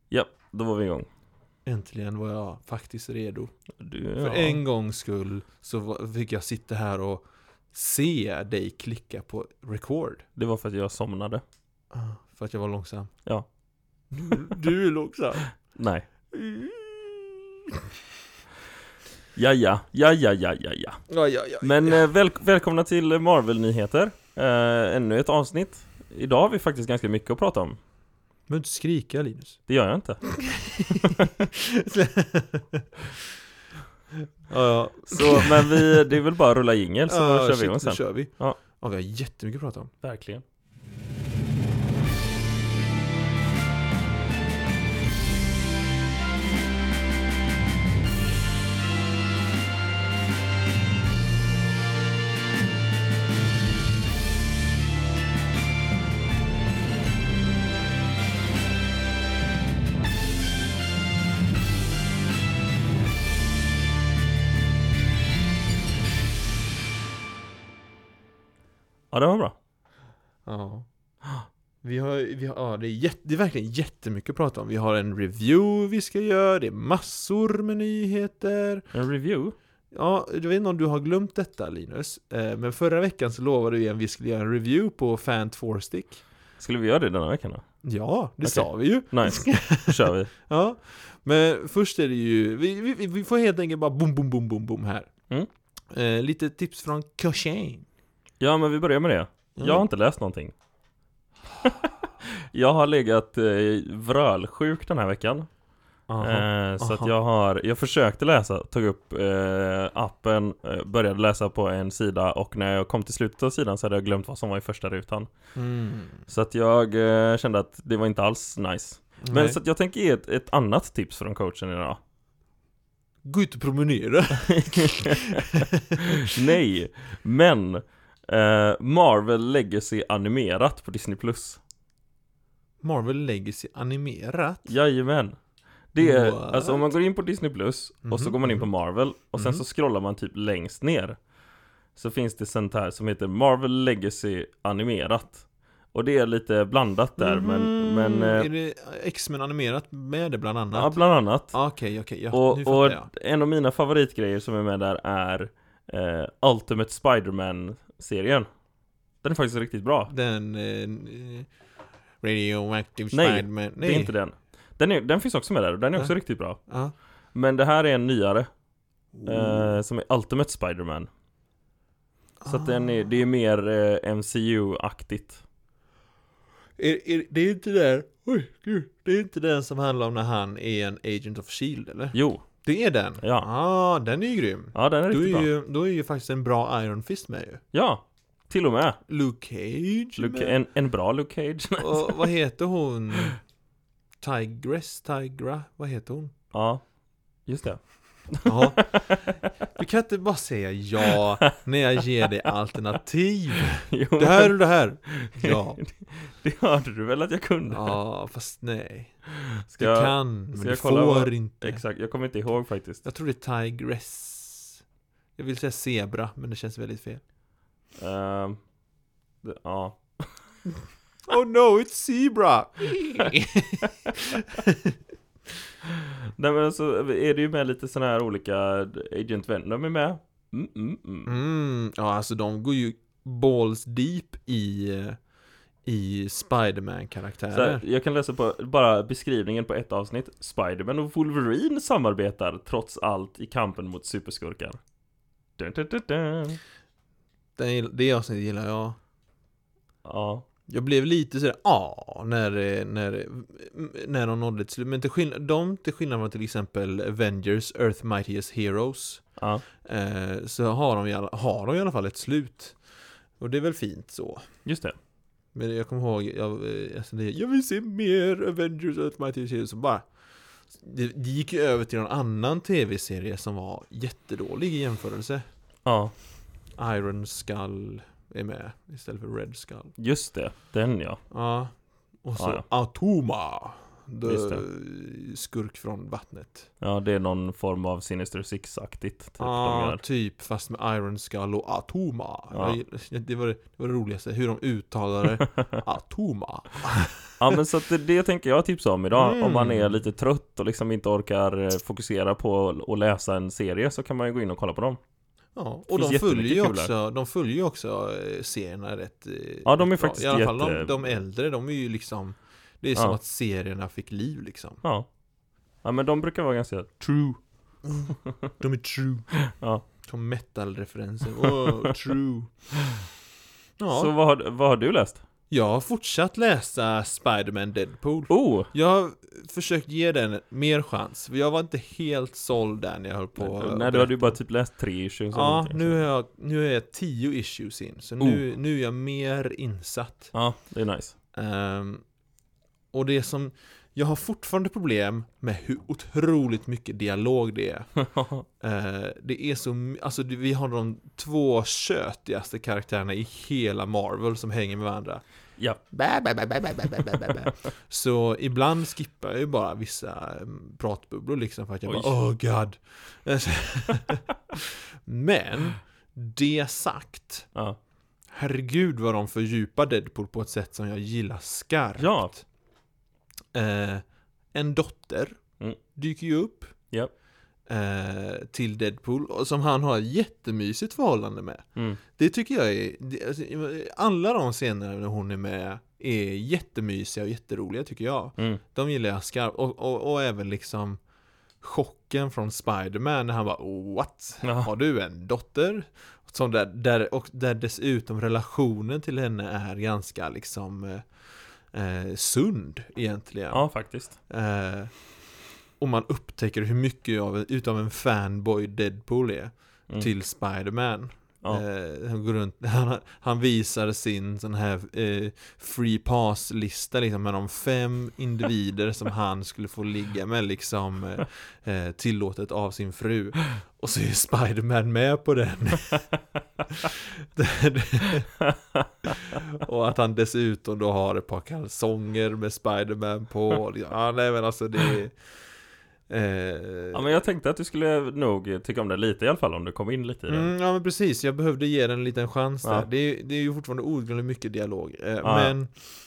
Ja, då var vi igång. Äntligen var jag faktiskt redo. Du, För en gångs skull så fick jag sitta här och se dig klicka på record. Det var för att jag somnade. För att jag var långsam. Ja. Du är långsam. Nej. Ja. Men välkomna till Marvel-nyheter. Ännu ett avsnitt. Idag har vi faktiskt ganska mycket att prata om. Men inte skrika, Linus. Det gör jag inte. Ja. Så, men det är väl bara att rulla jingel så kör vi igång sen. Kör vi. Ja. Ja, vi har jättemycket att prata om. Verkligen. Ja, det var bra. Ja. Det är verkligen jättemycket att prata om. Vi har en review vi ska göra. Det är massor med nyheter. En review? Ja, jag vet inte om du har glömt detta, Linus. Men förra veckan så lovade vi att vi skulle göra en review på Fan 4-stick. Skulle vi göra det denna veckan då? Ja, det sa vi ju. Nice, då kör vi. Ja, men först är det ju vi får helt enkelt bara boom här. Lite tips från Koshane. Ja, men vi börjar med det. Jag har inte läst någonting. Jag har legat vrölsjuk den här veckan. Så att jag försökte läsa, tog upp appen, började läsa på en sida, och när jag kom till slutet av sidan så hade jag glömt vad som var i första rutan. Så att jag kände att det var inte alls nice. Men så att jag tänker ge ett annat tips från coachen idag. Gå ut och promenera. Nej, men Marvel Legacy animerat på Disney+. Marvel Legacy animerat? Jajamän. Det är, alltså om man går in på Disney+, och så går man in på Marvel, och sen så scrollar man typ längst ner, så finns det sånt här som heter Marvel Legacy animerat. Och det är lite blandat där, men är det X-Men animerat med det bland annat? Ja, bland annat. Okej. Och en av mina favoritgrejer som är med där är Ultimate Spider-Man-serien. Den är faktiskt riktigt bra. Den Radioactive Spider-Man. Nej, det är inte den. Den finns också med där, och den är också riktigt bra. Ja. Men det här är en nyare som är Ultimate Spider-Man. Så att det är mer MCU-aktigt. Det är inte där. Oj, gud. Det är inte den som handlar om när han är en Agent of S.H.I.E.L.D., eller? Jo. Det är den? Ja. Den är ju grym. Ja, den är riktigt bra. Då är ju faktiskt en bra Iron Fist med ju. Ja, till och med. Luke Cage. En bra Luke Cage. Och vad heter hon? Tigra? Vad heter hon? Ja, just det. Ja. Du kan inte bara säga ja när jag ger dig alternativ. Jo, det här och det här. Ja. Det hörde du väl att jag kunde? Ja, fast nej. Ska du jag, kan, men du får får inte. Exakt, jag kommer inte ihåg faktiskt. Jag tror det är Tigress. Jag vill säga zebra, men det känns väldigt fel. Ja. Oh no, it's zebra. Nej, men så är det ju med lite såna här olika Agent Venom är med. Ja, alltså de går ju balls deep i Spider-Man-karaktärer. Så jag kan läsa på bara beskrivningen på ett avsnitt. Spider-Man och Wolverine samarbetar trots allt i kampen mot superskurkar. Det avsnittet gillar jag. Ja. Jag blev lite sådär när de nådde ett slut. Men till skillnad från till exempel Avengers, Earth Mightiest Heroes, så har de i alla fall ett slut. Och det är väl fint så. Just det. Men jag kommer ihåg jag vill se mer Avengers, Earth Mightiest Heroes. Bara, det gick ju över till en annan tv-serie som var jättedålig i jämförelse. Ja. Iron Skull är med istället för Red Skull. Just det, den ja. Ja. Och så Atoma. Skurk från vattnet. Ja, det är någon form av Sinister Six-aktigt typ, typ, fast med Iron Skull och Atoma. Ja. Det var det roligaste, hur de uttalade Atoma. Ja, men så att det tänker jag tipsa om idag. Om man är lite trött och liksom inte orkar fokusera på att läsa en serie, så kan man ju gå in och kolla på dem. Ja, och de följer ju också serierna rätt. Ja, de är faktiskt i alla fall de äldre, de är ju liksom, det är som att serierna fick liv liksom. Ja. Ja, men de brukar vara ganska true. De är true. Ja. Som metal-referenser. True. Ja. Så vad har du läst? Jag har fortsatt läsa Spider-Man Deadpool. Jag har försökt ge den mer chans. Jag var inte helt såld där när jag höll på. Nej, du hade ju bara typ läst 3 issues. Ja, nu är jag 10 issues in. Så nu är jag mer insatt. Ja, det är nice. Och det som... Jag har fortfarande problem med hur otroligt mycket dialog det är. Det är så... Alltså vi har de 2 kötigaste karaktärerna i hela Marvel som hänger med varandra. Ja. Så ibland skippar jag ju bara vissa pratbubblor liksom för att jag bara, oh god. Men det sagt, herregud vad de fördjupar Deadpool på ett sätt som jag gillar skarpt. Ja. En dotter dyker ju upp till Deadpool, och som han har ett jättemysigt förhållande med. Det tycker jag är alla de scener när hon är med är jättemysiga och jätteroliga tycker jag. De gillar jag skarpt, och även liksom chocken från Spider-Man när han bara, what? Har du en dotter? Som där dessutom relationen till henne är ganska liksom sund egentligen. Ja, faktiskt. Och man upptäcker hur mycket utav en fanboy Deadpool är till Spider-Man. Han går runt, han visar sin sån här free pass-lista liksom, med de 5 individer som han skulle få ligga med liksom tillåtet av sin fru. Och så är Spider-Man med på den. Och att han dessutom då har ett par kalsonger med Spider-Man på. Ja, nej men alltså det är... Ja, men jag tänkte att du skulle nog tycka om det lite i alla fall, om du kom in lite i den. Ja, men precis, jag behövde ge den en liten chans där. Det är ju fortfarande oerhört mycket dialog. Men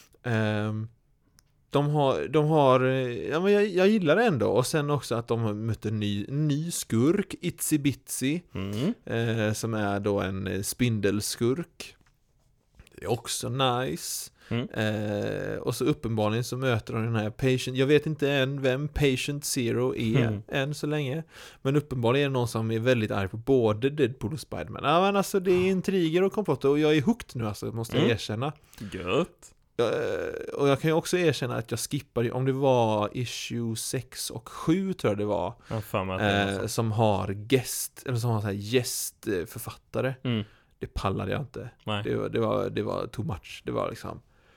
de har ja, men jag gillar det ändå. Och sen också att de har mött en ny skurk, Itsy Bitsy, som är då en spindelskurk. Det är också nice. Och så uppenbarligen så möter de den här Patient. Jag vet inte än vem Patient Zero är än så länge. Men uppenbarligen är det någon som är väldigt arg på både Deadpool och Spider-Man. Ja, men alltså det är intriger och komplotter. Och jag är hooked nu alltså, måste jag erkänna. Gött. Och jag kan ju också erkänna att jag skippar, om det var issue 6 och 7 tror jag det var, som har eller som har så här gästförfattare. Det pallade jag inte. Det var too much. Det var liksom...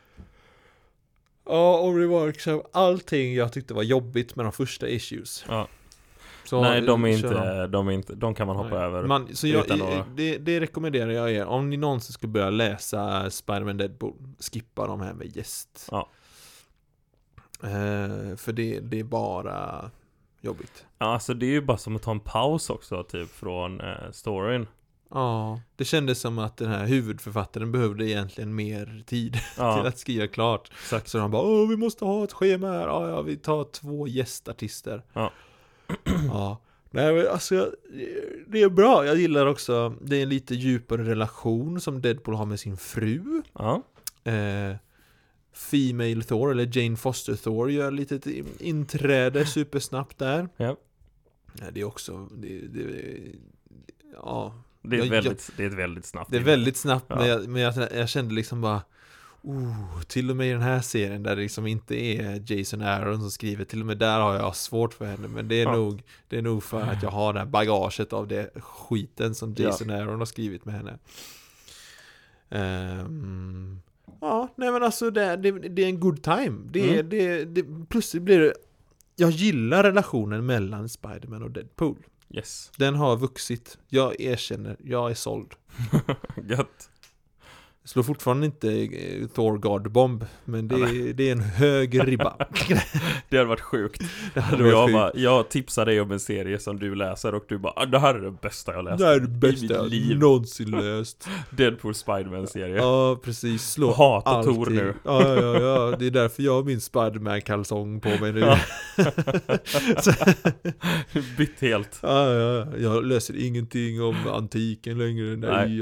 Ja, och det var liksom allting jag tyckte var jobbigt med de första issues. Ja. Så nej, de är inte, de kan man hoppa över. Så det rekommenderar jag er. Om ni någonsin skulle börja läsa Spider-Man Deadpool, skippa de här med gäst. Ja. För det är bara jobbigt. Ja, alltså det är ju bara som att ta en paus också, typ från storyn. Ja, det kändes som att den här huvudförfattaren behövde egentligen mer tid till att skriva klart. Exakt. Så de bara, vi måste ha ett schema här. Ja, vi tar 2 gästartister. Ja. Ja. Nej, men alltså, det är bra. Jag gillar också, det är en lite djupare relation som Deadpool har med sin fru. Ja. Female Thor, eller Jane Foster Thor, gör lite ett inträde supersnabbt där. Ja. Det är också... ja... Det är ett väldigt snabbt. Det är väldigt snabbt, men jag kände liksom bara till och med i den här serien där det liksom inte är Jason Aaron som skriver, till och med där har jag svårt för henne, men det är nog för att jag har det här bagaget av det skiten som Jason Aaron har skrivit med henne. Ja, nej men alltså det är en good time. Plötsligt blir det, jag gillar relationen mellan Spider-Man och Deadpool. Yes. Den har vuxit. Jag erkänner, jag är såld. Gött. Slår fortfarande inte Thor God Bomb, men det är en hög ribba. Det hade varit sjukt. Det hade varit sjukt. Jag tipsar dig om en serie som du läser och du bara, det här är det bästa jag läst. Det här är det bästa jag någonsin läst. Deadpool Spider-Man-serie. Ja, precis. Slå hatar Thor nu. Ja. Det är därför jag har min Spider-Man-kalsong på mig nu. Ja. Bytt helt. Ja. Jag läser ingenting om antiken längre. Nej.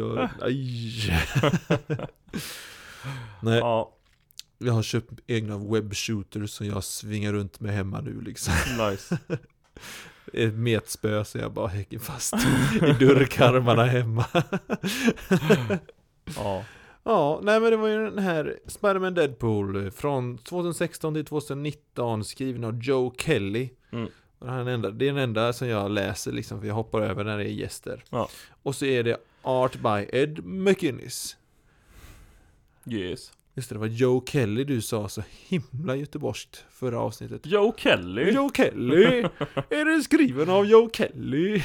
Nej. Ja. Jag har köpt egna webbshooters som jag svingar runt med hemma nu liksom. Nice. Ett metspö så jag bara häcker fast i dörrkarmarna hemma. Ja. Ja, nej men det var ju den här Spider-Man Deadpool från 2016 till 2019 skriven av Joe Kelly. Och det är den enda som jag läser liksom, för jag hoppar över när det är gäster. Ja. Och så är det Art by Ed McGuinness. Yes. Just det var Joe Kelly du sa så himla göteborgskt förra avsnittet. Joe Kelly? Joe Kelly? Är det skriven av Joe Kelly?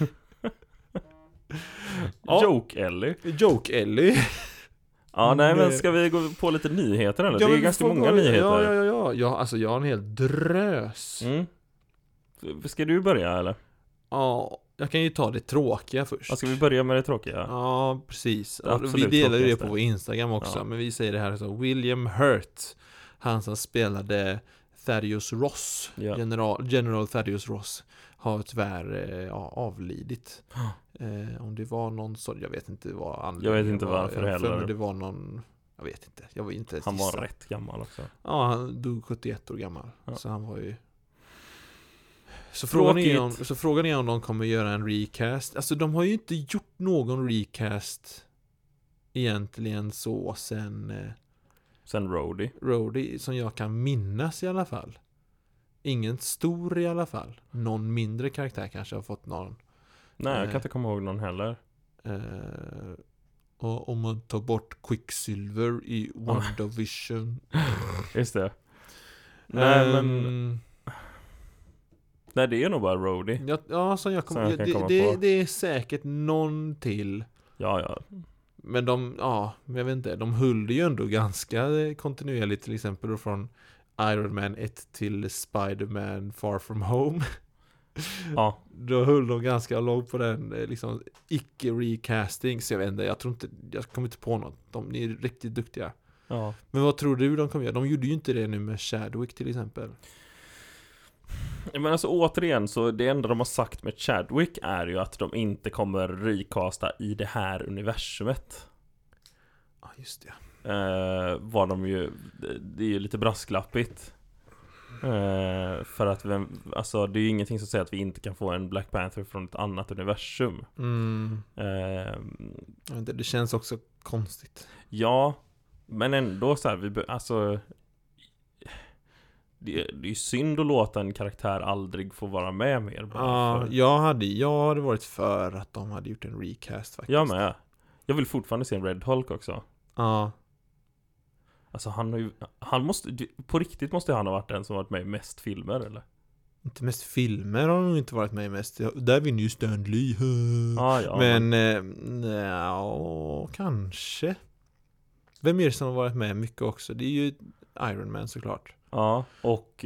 Joke Ellie. Joke Ellie. Ja, nej men ska vi gå på lite nyheter eller? Ja, det är ganska många nyheter. Ja, alltså jag har en hel drös. Ska du börja eller? Ja, jag kan ju ta det tråkiga först. Ja, ska vi börja med det tråkiga? Ja, precis. Vi delar ju det på vår Instagram också, men vi säger det här så. William Hurt, han som spelade Thaddeus Ross, General Thaddeus Ross, har tyvärr avlidit. Om det var någon så, jag vet inte vad anledningen. Jag vet inte varför heller. Men det var någon, jag vet inte. Jag var inte han var rätt gammal också. Ja, han dog 71 år gammal. Ja. Så han var ju. Så frågan är om de kommer göra en recast. Alltså de har ju inte gjort någon recast egentligen så sen Rhodey som jag kan minnas i alla fall. Ingen stor i alla fall. Någon mindre karaktär kanske har fått någon. Nej, jag kan inte komma ihåg någon heller. Och om man tar bort Quicksilver i WandaVision. Just det. Nej, men nej, det är nog bara Rhodey. Ja, som jag kommer på. Det är säkert någon till. Ja. Men jag vet inte, de höll ju ändå ganska kontinuerligt, till exempel då från Iron Man 1 till Spider-Man Far From Home. Ja. Då höll de ganska långt på den liksom icke-recasting, så jag vet inte, jag kommer inte på något. De är riktigt duktiga. Ja. Men vad tror du de kommer göra? De gjorde ju inte det nu med Chadwick till exempel. Men alltså återigen, så det enda de har sagt med Chadwick är ju att de inte kommer recasta i det här universumet. Ja, just det. Var de ju, det är ju lite brasklappigt. För att alltså det är ju ingenting som säger att vi inte kan få en Black Panther från ett annat universum. Det känns också konstigt. Ja, men ändå så här, alltså det är ju synd att låta en karaktär aldrig få vara med mer. Ja, jag hade varit för att de hade gjort en recast faktiskt. Jag med. Jag vill fortfarande se en Red Hulk också. Ja. Alltså han måste, på riktigt måste han ha varit den som varit med i mest filmer, eller? Inte mest filmer har han inte varit med i mest. Där vinner ju Stan Lee. Ja, men kanske. Vem är det som har varit med mycket också? Det är ju Iron Man såklart. Ja, och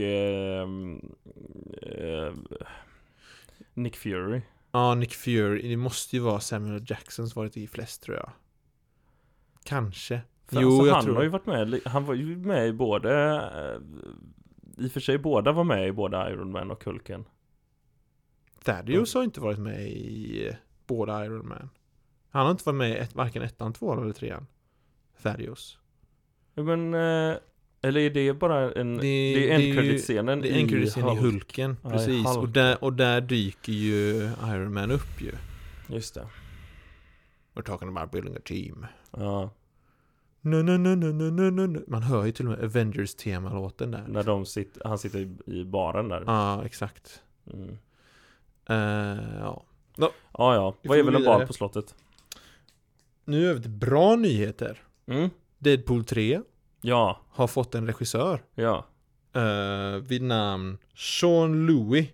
Nick Fury. Ja, Nick Fury. Det måste ju vara Samuel Jackson som varit i flest, tror jag. Kanske. För jo, alltså, han har ju varit med. Han var ju med i både i och för sig båda var med i både Iron Man och Hulken. Thaddeus har inte varit med i båda Iron Man. Han har inte varit med i varken 1:an, 2:an eller 3:an. Thaddeus. Men eller är det bara en det är end-credit-scenen i end-credit-scenen i Hulken, precis. Och där dyker ju Iron Man upp ju. Just det. We're talking about building a team. Ja. No. Man hör ju till och med Avengers-temalåten där. När han sitter i baren där. Ja, exakt. Ja. Ja. Vad är väl en bar på slottet? Nu är det bra nyheter. Deadpool 3 har fått en regissör. Ja. Vid namn Sean Louis.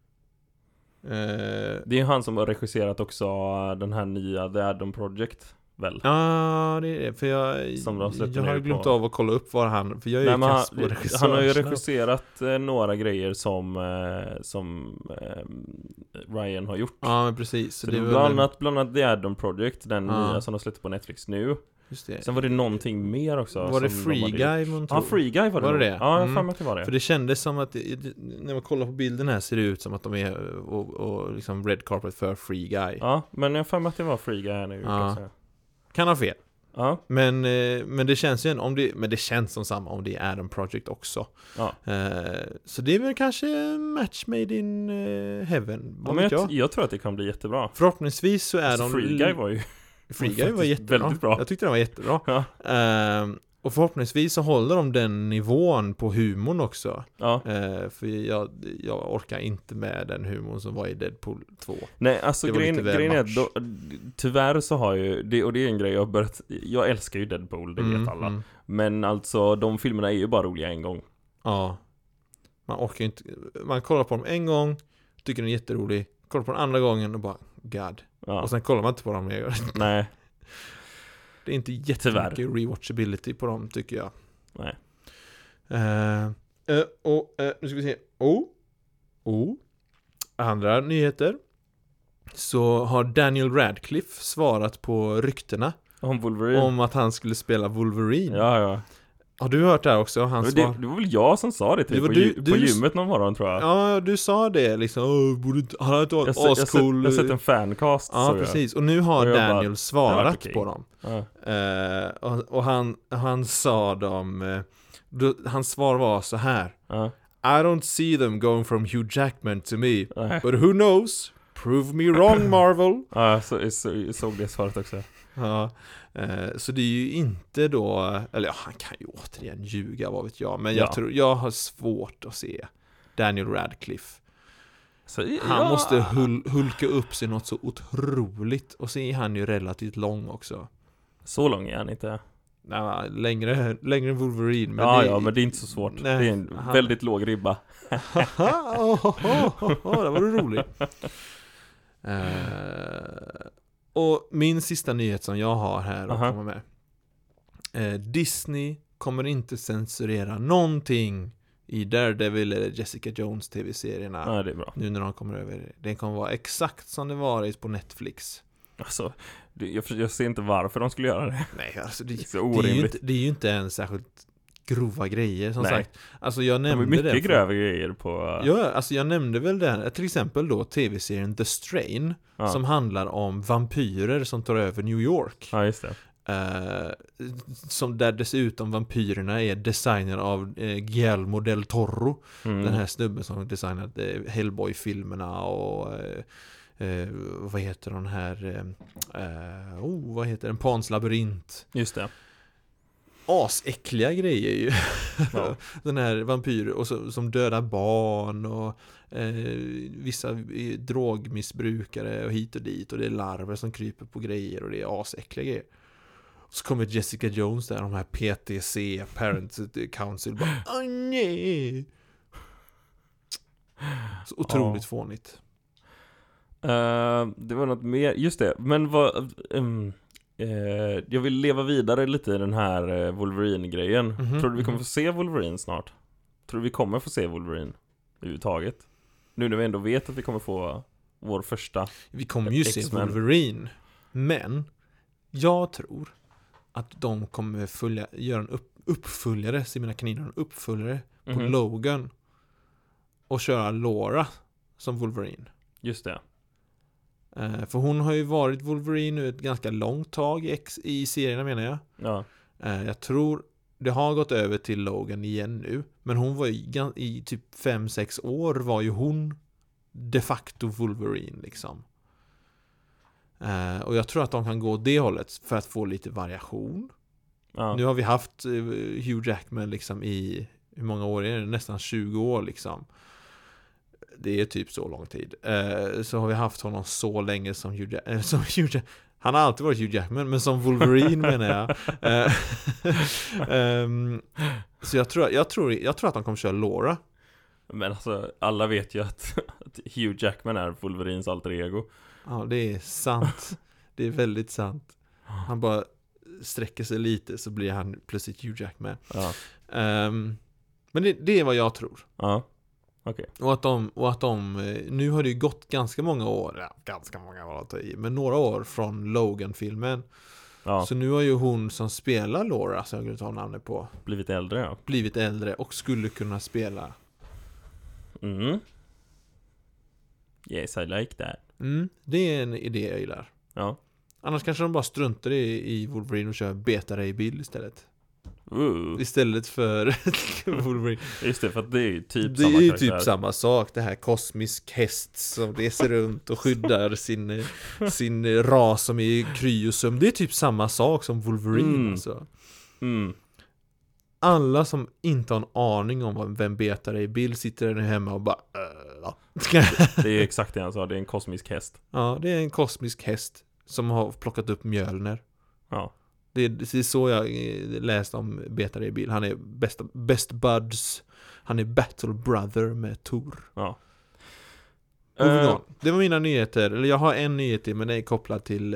Det är han som har regisserat också den här nya The Adam Project. väl? Ja, det är det. För jag har glömt av att kolla upp vad han... För jag är kass på regissör. Han har ju regisserat några grejer som Ryan har gjort. Ja, men precis. Så det är bland annat The Addon Project, den nya som de släppte på Netflix nu. Just det. Sen var det någonting mer också. Var det Free Guy? Ja, Free Guy var det. Ja, jag fan att det var det. För det kändes som att, när man kollar på bilden här ser det ut som att de är och liksom red carpet för Free Guy. Ja, men jag fan att det var Free Guy här nu. Kan ha fel. Ja. Men det känns ju men det känns som samma om det är Addon Project också. Ja. Så det är väl kanske match made in heaven. Ja, men jag tror att det kan bli jättebra. Förhoppningsvis så är de... Free Guy var ju... Free Guy var jättebra. Väldigt bra. Jag tyckte den var jättebra. Ja. Och förhoppningsvis så håller de den nivån på humorn också. Ja. För jag orkar inte med den humorn som var i Deadpool 2. Nej, alltså grejen är tyvärr så har ju det, och det är en grej jag älskar ju Deadpool, det vet alla. Men alltså de filmerna är ju bara roliga en gång. Ja. Man orkar inte. Man kollar på dem en gång, tycker den är jätterolig. Kollar på den andra gången och bara God. Ja. Och sen kollar man inte på dem mer. Nej. Det är inte jättemycket rewatchability på dem, tycker jag. Nej. Nu ska vi se. Andra nyheter. Så har Daniel Radcliffe svarat på ryktena om Wolverine. Om att han skulle spela Wolverine. Ja. Har du hört det här också? Det var väl jag som sa det till på gymmet någon morgon, tror jag. Ja, du sa det liksom. Han har inte varit ascool. Jag har sett en fancast. Ja, precis. Och nu har Daniel svarat på dem. Ja. Och han sa dem... hans svar var så här. I don't see them going from Hugh Jackman to me. But who knows? Prove me wrong, Marvel. Ja, så såg det svaret också. Ja, så det är ju inte då, eller ja, han kan ju återigen ljuga, vad vet jag, men jag har svårt att se Daniel Radcliffe. Han måste hulka upp sig något så otroligt, och så är han ju relativt lång också. Så lång är han inte. Nej, längre än Wolverine. Men men det är inte så svårt. Nej, det är en väldigt låg ribba. Det var roligt. Och min sista nyhet som jag har här att komma med. Disney kommer inte censurera någonting i Daredevil eller Jessica Jones tv-serierna. Ja, det är bra. Nu när de kommer över. Den kommer vara exakt som det varit på Netflix. Alltså, jag ser inte varför de skulle göra det. Nej, alltså det är så orimligt. Det är ju inte en särskilt grova grejer, som sagt. Alltså jag nämnde det. Mycket grövre grejer på... Ja, alltså jag nämnde väl det. Till exempel då tv-serien The Strain, som handlar om vampyrer som tar över New York. Ja, just det. Som där dessutom vampyrerna är designade av Guillermo del Toro. Den här snubben som designat Hellboy-filmerna och... vad heter den här vad heter den? Pans labyrint. Just det. Asäckliga grejer ju. Ja. Den här vampyr och som dödar barn och vissa drogmissbrukare och hit och dit, och det är larver som kryper på grejer och det är asäckliga grejer. Och så kommer Jessica Jones där, de här PTC, Parents Council, bara nej. Så otroligt fånigt. Det var något mer, just det. Men vad jag vill leva vidare lite i den här Wolverine-grejen. Tror du vi kommer få se Wolverine snart? Tror du vi kommer få se Wolverine överhuvudtaget? Nu när vi ändå vet att vi kommer få vår första. Vi kommer ju se Wolverine. Men jag tror att de kommer göra en uppföljare, se mina kaniner, en uppföljare på Logan och köra Laura som Wolverine. Just det. För hon har ju varit Wolverine nu ett ganska långt tag i serierna, menar jag. Ja. Jag tror det har gått över till Logan igen nu. Men hon var ju i typ 5-6 år var ju hon de facto Wolverine liksom. Och jag tror att de kan gå det hållet för att få lite variation. Ja. Nu har vi haft Hugh Jackman liksom i hur många år är det? Nästan 20 år liksom. Det är typ så lång tid. Så har vi haft honom så länge som Hugh Jackman. Han har alltid varit Hugh Jackman, men som Wolverine menar jag. Så jag tror att de kommer köra Laura. Men alltså, alla vet ju att Hugh Jackman är Wolverines alter ego. Ja, det är sant. Det är väldigt sant. Han bara sträcker sig lite så blir han plötsligt Hugh Jackman. Ja. Men det är vad jag tror. Ja. Okej. Och att de nu har det ju gått ganska många år, men några år från Logan-filmen. Ja. Så nu har ju hon som spelar Laura, som jag glömde ta namnet på, blivit äldre och skulle kunna spela. Yes, I like that. Det är en idé jag gillar. Ja. Annars kanske de bara struntar i Wolverine och kör Beta Ray Bill istället. Istället för Wolverine. Just det, för att det är ju typ det samma är ju karaktär. typ samma sak. Det här kosmisk häst som reser runt och skyddar sin ras som är i kryosum. Det är typ samma sak som Wolverine. Alltså. Alla som inte har en aning om vem Beta Ray Bill sitter där hemma och bara Det är exakt det han sa, det är en kosmisk häst. Ja, det är en kosmisk häst som har plockat upp Mjölner. Ja. Det är så jag läste om Beta Ray Bill. Han är best buds. Han är battle brother med Thor. Ja. Det var mina nyheter. Eller jag har en nyhet till, men den är kopplad till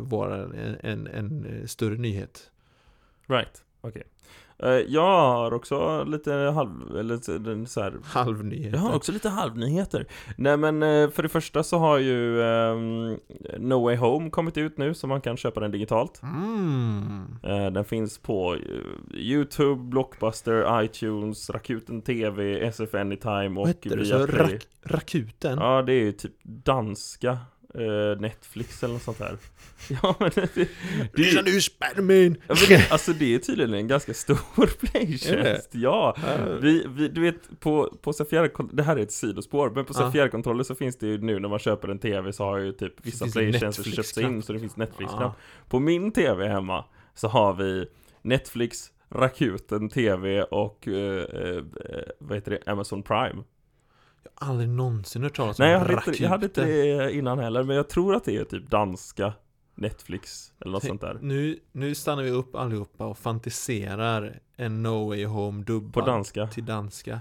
en större nyhet. Right, okej. Jag har också lite halvnyheter. Jag har också lite halvnyheter. Nej, men för det första så har ju No Way Home kommit ut nu, så man kan köpa den digitalt. Den finns på YouTube, Blockbuster, iTunes, Rakuten TV, SF Anytime och Viaplay. Rakuten? Ja, det är ju typ danska Netflix eller något sånt här. Ja, men det är nu Spider-Man. Alltså det är tydligen en ganska stor playtjänst. Ja. Du vet på det här är ett sidospår, men på fjärrkontroller så finns det ju nu när man köper en TV så har ju typ vissa playtjänster köpts in, så det finns Netflix-knapp. På min TV hemma så har vi Netflix, Rakuten TV och vad heter det? Amazon Prime. Jag har aldrig någonsin hört talas om Rakuten. Jag hade inte det innan heller, men jag tror att det är typ danska Netflix eller något sånt där. Nu stannar vi upp allihopa och fantiserar en No Way Home dubbad på danska. Till danska.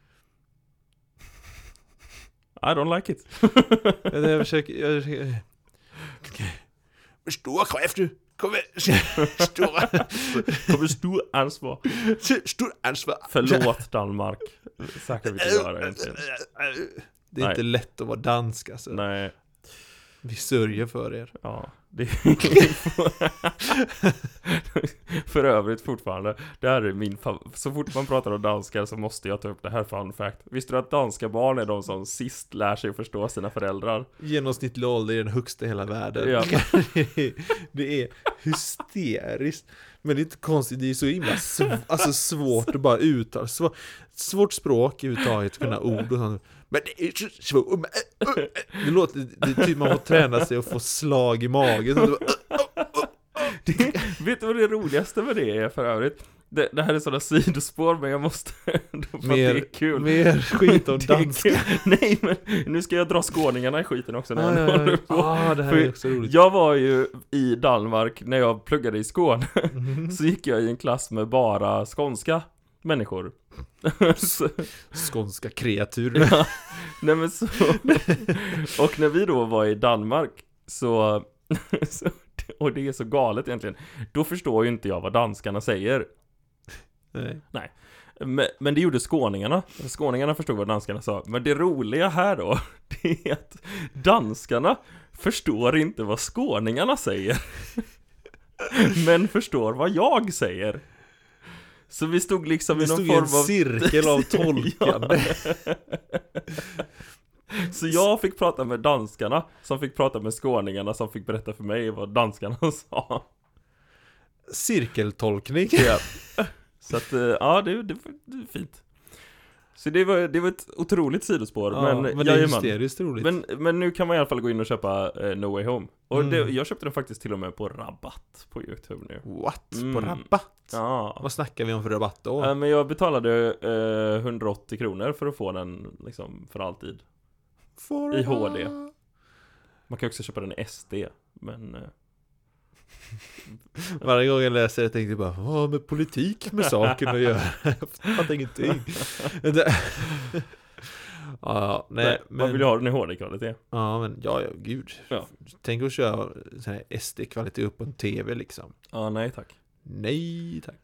I don't like it. jag försöker. Stora kräfter. Kommer stor ansvar. Stor ansvar. Förlåt Danmark. Så kan vi inte göra egentligen. Det är inte lätt att vara dansk alltså. Nej. Vi sörjer för er. Ja, det för övrigt fortfarande. Det här är min så fort man pratar om danskar så måste jag ta upp det här fun fact. Visste du att danska barn är de som sist lär sig att förstå sina föräldrar? Genomsnittlig ålder är den högsta i hela världen. Ja. Det är hysteriskt. Men det är inte konstigt, det är så himla svårt att bara uttala. Svårt språk överhuvudtaget, kunna ord och sånt. Men det är så svårt. Det är typ man får träna sig och få slag i magen. Vet du vad det roligaste med det är för övrigt? Det här är sådana sidospår, men jag måste det är kul. Mer skit om danska. Nej, men nu ska jag dra skåningarna i skiten också. Det här är också roligt. Jag var ju i Danmark när jag pluggade i Skåne. Så gick jag i en klass med bara skånska människor. Skånska kreatur. Ja, nej men så. Och när vi då var i Danmark så och det är så galet egentligen. Då förstår ju inte jag vad danskarna säger. Nej. Men det gjorde skåningarna. Skåningarna förstod vad danskarna sa. Men det roliga här då, det är att danskarna förstår inte vad skåningarna säger. Men förstår vad jag säger. Så vi stod liksom i någon form av cirkel av tolkande. Så jag fick prata med danskarna, som fick prata med skåningarna, som fick berätta för mig vad danskarna sa. Cirkeltolkning. Ja. Så att, ja, det är fint. Så det var ett otroligt sidospår. Ja, men det är hysteriskt roligt. Men nu kan man i alla fall gå in och köpa No Way Home. Och jag köpte den faktiskt till och med på rabatt på YouTube nu. What? På rabatt? Ja. Vad snackar vi om för rabatt då? Men jag betalade 180 kronor för att få den liksom för alltid. I HD. Man kan också köpa den i SD. Men varje gång jag läser det tänkte jag bara, vad har med politik med saken att göra? Jag fattar ingenting. Ja, nej, men... Vad vill du ha den i HD-kvalitet? Ja, men ja, gud. Ja. Tänk att köra sån här SD-kvalitet upp på en TV liksom. Ja, nej tack. Nej, tack.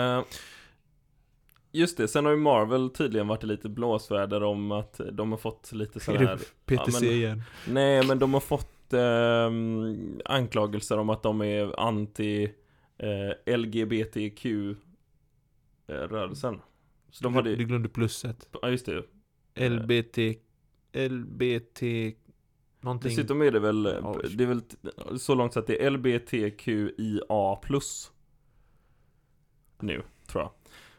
Just det, sen har ju Marvel tydligen varit i lite blåsväder om att de har fått lite så här... PTC igen. Nej, men de har fått anklagelser om att de är anti LGBTQ-rörelsen. Så de hade... Du glömde plusset. Ja, just det. LBT någonting. Dessutom är det väl så långt så att det är LBTQIA+. Nu, tror jag.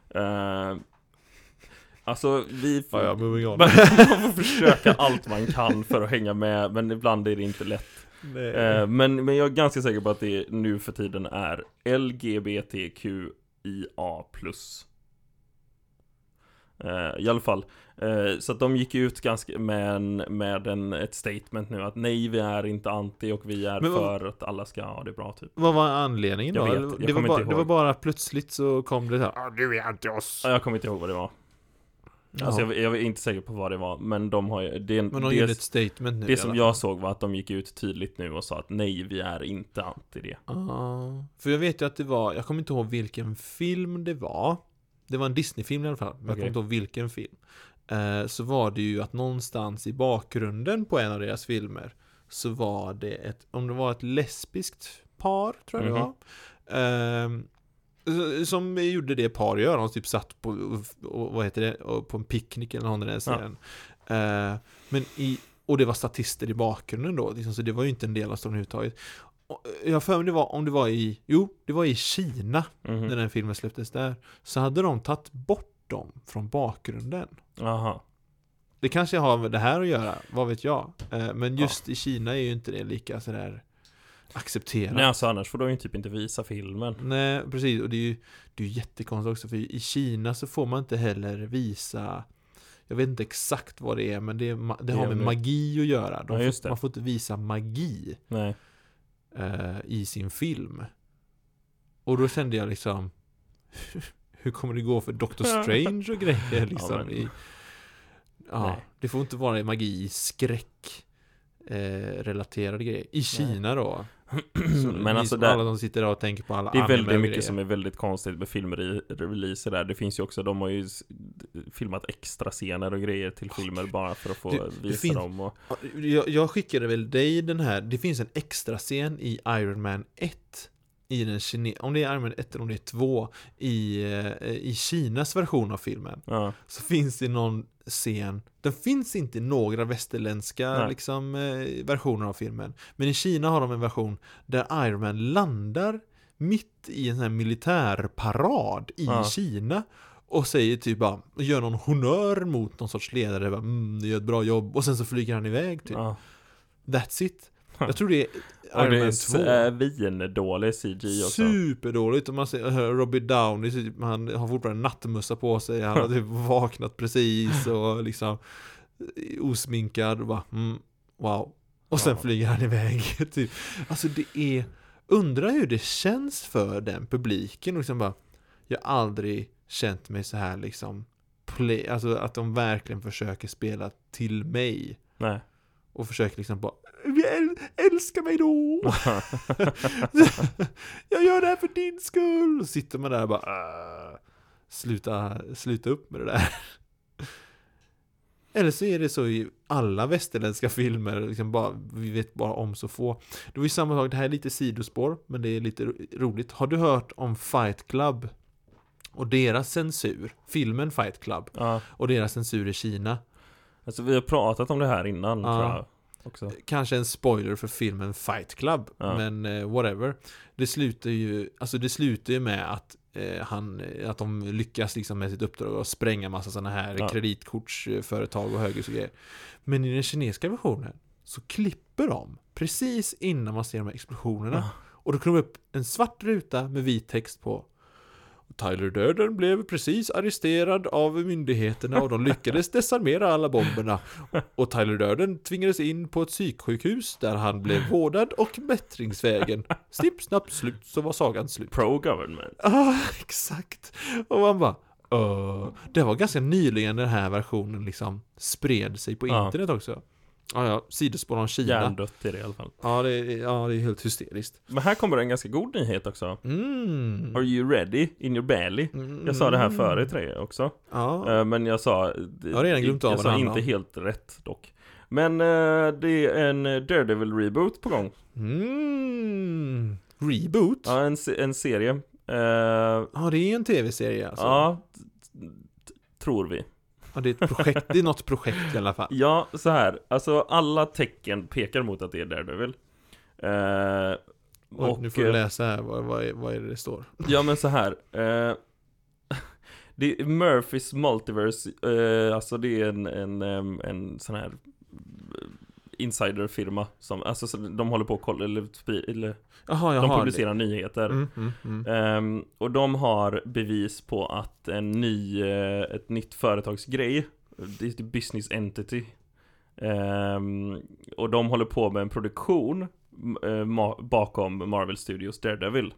Alltså vi får, man får försöka allt man kan för att hänga med, men ibland är det inte lätt. Men jag är ganska säker på att det nu för tiden är LGBTQIA+. I alla fall. Så att de gick ut ganska med ett statement nu att nej, vi är inte anti och vi är för att alla ska ha det bra typ. Vad var anledningen då? Det var bara plötsligt så kom det så här, du är anti oss. Jag kommer inte ihåg vad det var. Alltså jag är inte säker på vad det var, men de har ju gjorde ett statement nu. Det som jag såg var att de gick ut tydligt nu och sa att nej, vi är inte anti det. För jag vet ju att det var, jag kommer inte ihåg vilken film det var. Det var en Disney-film i alla fall, men jag kommer inte ihåg vilken film. Så var det ju att någonstans i bakgrunden på en av deras filmer så var det om det var ett lesbiskt par, tror jag det var. Som gjorde det par gör. De typ satt på på en picknick eller någon där serien. Och det var statister i bakgrunden då. Liksom, så det var ju inte en del av storyn överhuvudtaget. Jag för mig det var i Kina när den filmen släpptes där. Så hade de tagit bort dem från bakgrunden. Aha. Det kanske har med det här att göra, vad vet jag. Men just i Kina är ju inte det lika sådär accepterat. Nej, alltså annars får de ju typ inte visa filmen. Nej, precis. Och det är ju jättekonstigt också, för i Kina så får man inte heller visa, jag vet inte exakt vad det är, men det har med magi att göra. Man får inte visa magi. Nej. I sin film. Och då kände jag liksom hur kommer det gå för Doctor Strange och grejer liksom. Det får inte vara magi i skräck relaterade grejer. I Kina då. Men alltså alla som sitter där och tänker på alla. Det är väldigt mycket som är väldigt konstigt med filmreleaser där. Det finns ju också, de har ju filmat extra scener och grejer till filmer bara för att få visa dem. Och... Jag skickade väl dig den här. Det finns en extra scen i Iron Man 1 i den om det är Iron Man 1 eller om det är 2 i Kinas version av filmen. Så finns det någon scen. Den finns inte i några västerländska liksom, versioner av filmen. Men i Kina har de en version där Iron Man landar mitt i en sån här militärparad i Kina och säger typ bara, gör någon honör mot någon sorts ledare, bara, du gör ett bra jobb, och sen så flyger han iväg typ. That's it. Jag tror det är Iron Man 2. Vin-dålig CG också. Superdåligt. Och man ser Robert Downey, han har fortfarande nattmössa på sig. Han har typ vaknat precis och liksom osminkad och bara, wow. Och sen flyger han iväg typ. Alltså det är, undrar hur det känns för den publiken och liksom bara, jag har aldrig känt mig så här liksom alltså att de verkligen försöker spela till mig. Nej. Och försöker liksom bara, älska mig då. Jag gör det här för din skull. Och sitter man där och bara, sluta upp med det där. Eller så är det så i alla västerländska filmer liksom bara, vi vet bara om så få. Det var ju samma sak, det här är lite sidospår, men det är lite roligt. Har du hört om Fight Club och deras censur? Filmen Fight Club och deras censur i Kina. Alltså vi har pratat om det här innan, tror jag. Också. Kanske en spoiler för filmen Fight Club, men whatever. Det slutar ju med att att de lyckas liksom med sitt uppdrag att spränga massa sådana här kreditkortsföretag och höghus och grejer. Men i den kinesiska versionen så klipper de precis innan man ser de här explosionerna. Och då kommer upp en svart ruta med vit text på. Tyler Durden blev precis arresterad av myndigheterna och de lyckades desarmera alla bomberna. Och Tyler Durden tvingades in på ett psyksjukhus där han blev vårdad och bättringsvägen. Snipp, snapp, slut, så var sagan slut. Pro-government. Exakt. Och man bara, Det var ganska nyligen den här versionen liksom spred sig på internet också. Ja, sidospår om Kina. Hjärndött är det i alla fall. Ja, det är helt hysteriskt. Men här kommer en ganska god nyhet också. Are you ready in your belly? Jag sa det här före till dig också. Men jag sa jag sa inte helt rätt dock. Men det är en Daredevil reboot på gång. Reboot? Ja, en serie. Det är en tv-serie alltså. Ja, tror vi. Ja, det är ett projekt, det är något projekt i alla fall. Ja, så här. Alltså alla tecken pekar mot att det är Daredevil. Och nu får du läsa här, vad är det står? Ja, men så här. Det är Murphys Multiverse. Alltså det är en sån här insiderfirma som, alltså de håller på att kolla de publicerar nyheter. Och de har bevis på att ett nytt företagsgrej, det är business entity, och de håller på med en produktion bakom Marvel Studios Daredevil,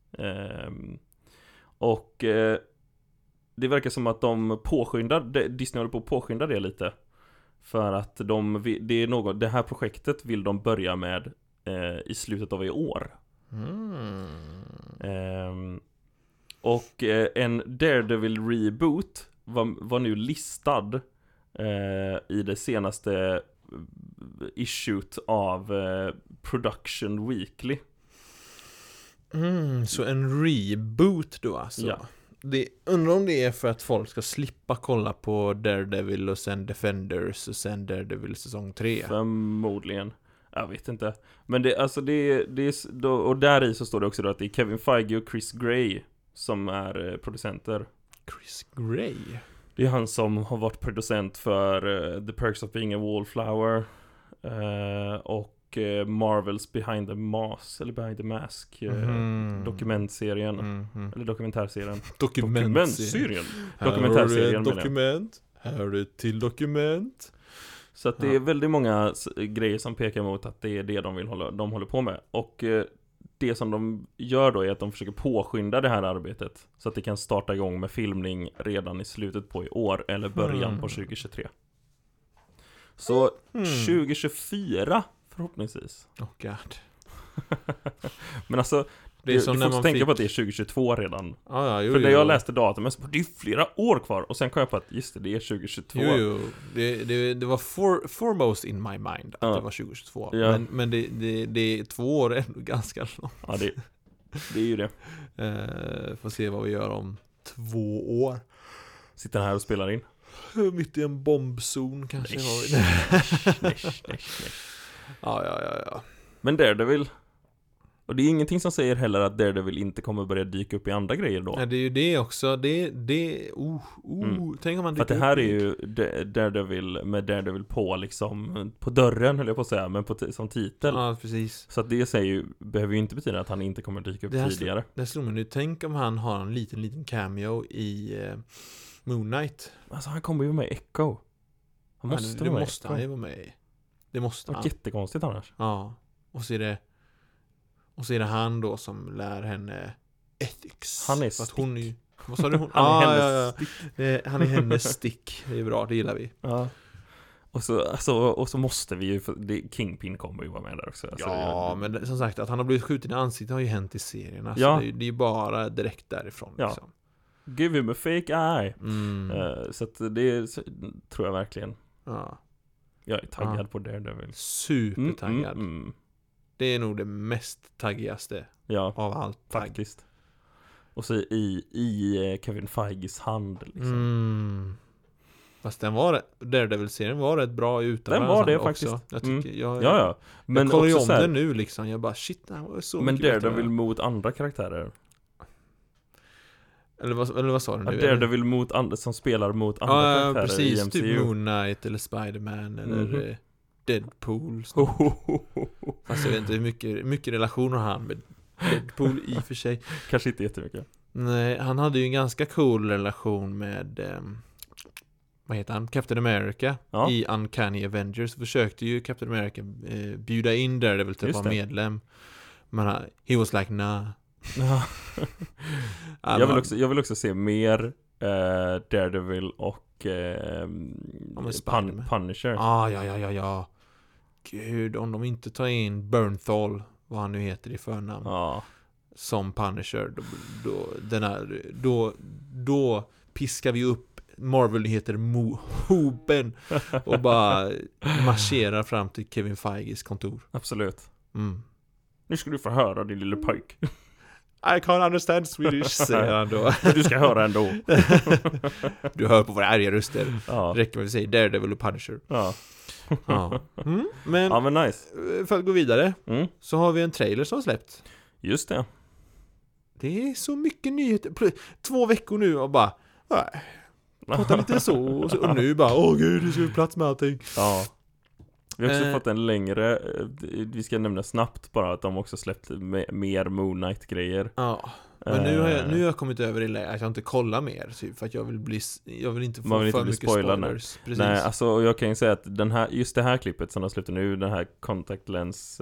och det verkar som att Disney håller på att påskynda det lite. För att det här projektet vill de börja med i slutet av i år. Och en Daredevil reboot var nu listad i det senaste issuet av Production Weekly. Så en reboot då alltså? Ja. Undrar om det är för att folk ska slippa kolla på Daredevil och sen Defenders och sen Daredevil säsong 3. Förmodligen. Jag vet inte. Men och där i så står det också då att det är Kevin Feige och Chris Gray som är producenter. Chris Gray? Det är han som har varit producent för The Perks of Being a Wallflower och Marvels Behind the Mask dokumentserien eller dokumentärserien. Dokumentserien. Här är ett till dokument. Så att det är väldigt många grejer som pekar mot att det är det de håller på med. Och det som de gör då är att de försöker påskynda det här arbetet så att det kan starta igång med filmning redan i slutet på i år eller början på 2023. Så 2024 förhoppningsvis. Oh god. Men alltså du får tänka på att det är 2022 redan. För när jag läste datumet så det är flera år kvar. Och sen kom jag på att just det är 2022. Det var foremost in my mind att det var 2022. Men det är 2 år ändå ganska långt. Ja, det är ju det. Får se vad vi gör om 2 år. Sitter här och spelar in. Mitt i en bombzon kanske. Nej. Ja. Men Daredevil. Och det är ingenting som säger heller att Daredevil inte kommer börja dyka upp i andra grejer då. Ja, det är ju det också. Tänk om man för att det här är ju Daredevil med Daredevil på liksom på dörren höll jag på att säga, men som titel. Ja, precis. Så att det behöver ju inte betyda att han inte kommer dyka upp tidigare. Det slår mig nu. Tänk om han har en liten cameo i Moon Knight. Alltså han kommer ju med Echo. Han måste vara med. Det måste han ju vara med. Det måste han. Jättekonstigt annars. Ja. Och så är det han då som lär henne ethics. Han är stick. Vad sa du? Han är hennes stick. Han är hennes stick. Det är bra, det gillar vi. Ja. Och så måste vi ju, Kingpin kommer ju vara med där också. Alltså, men som sagt, att han har blivit skjuten i ansiktet har ju hänt i serien. Alltså, det är ju bara direkt därifrån. Ja. Liksom. Give him a fake eye. Så att det tror jag verkligen. Ja. Jag är taggad på Daredevil. Supertaggad. Det är nog det mest taggigaste av allt tagg. Faktiskt. Och så i Kevin Feiges hand liksom. Fast Daredevil-serien var rätt bra utan den var det också. Faktiskt. Jag tycker, Men jag kollar ju om den nu liksom. Jag bara shit, det var så. Men Daredevil mot andra karaktärer. Eller vad sa du nu? Daredevil som spelar mot andra karaktärer precis, i MCU. Typ Moon Knight eller Spider-Man eller Deadpool. Fast jag vet inte hur mycket relationer har han med Deadpool i och för sig. Kanske inte jättemycket. Nej, han hade ju en ganska cool relation med vad heter han? Captain America i Uncanny Avengers. Försökte ju Captain America bjuda in Daredevil till att vara medlem. Men he was like nah. Jag vill också se mer Daredevil och Punisher. Ja. Gud, om de inte tar in Bernthal, vad han nu heter i förnamn, som Punisher, då piskar vi upp Marvel-nyheter-hopen och bara marscherar fram till Kevin Feiges kontor. Absolut. Nu ska du få höra, din lille pojk. I can't understand Swedish, säger han då. Du ska höra ändå. Du hör på våra arga röster. Ja. Räcker med att säga Daredevil och Punisher. Ja. Men nice. För att gå vidare så har vi en trailer som har släppt. Just det. Det är så mycket nyheter. 2 veckor nu och bara prata lite så. Och nu bara, gud, det ska bli plats med allting. Ja. Vi har också fått en längre, vi ska nämna snabbt bara att de också släppt mer Moon Knight-grejer. Ja, men nu har jag kommit över i läge att jag inte kollar mer typ, för att jag vill inte få för mycket spoilers. Precis. Nej, alltså jag kan ju säga att just det här klippet som de släppte nu, den här contact lens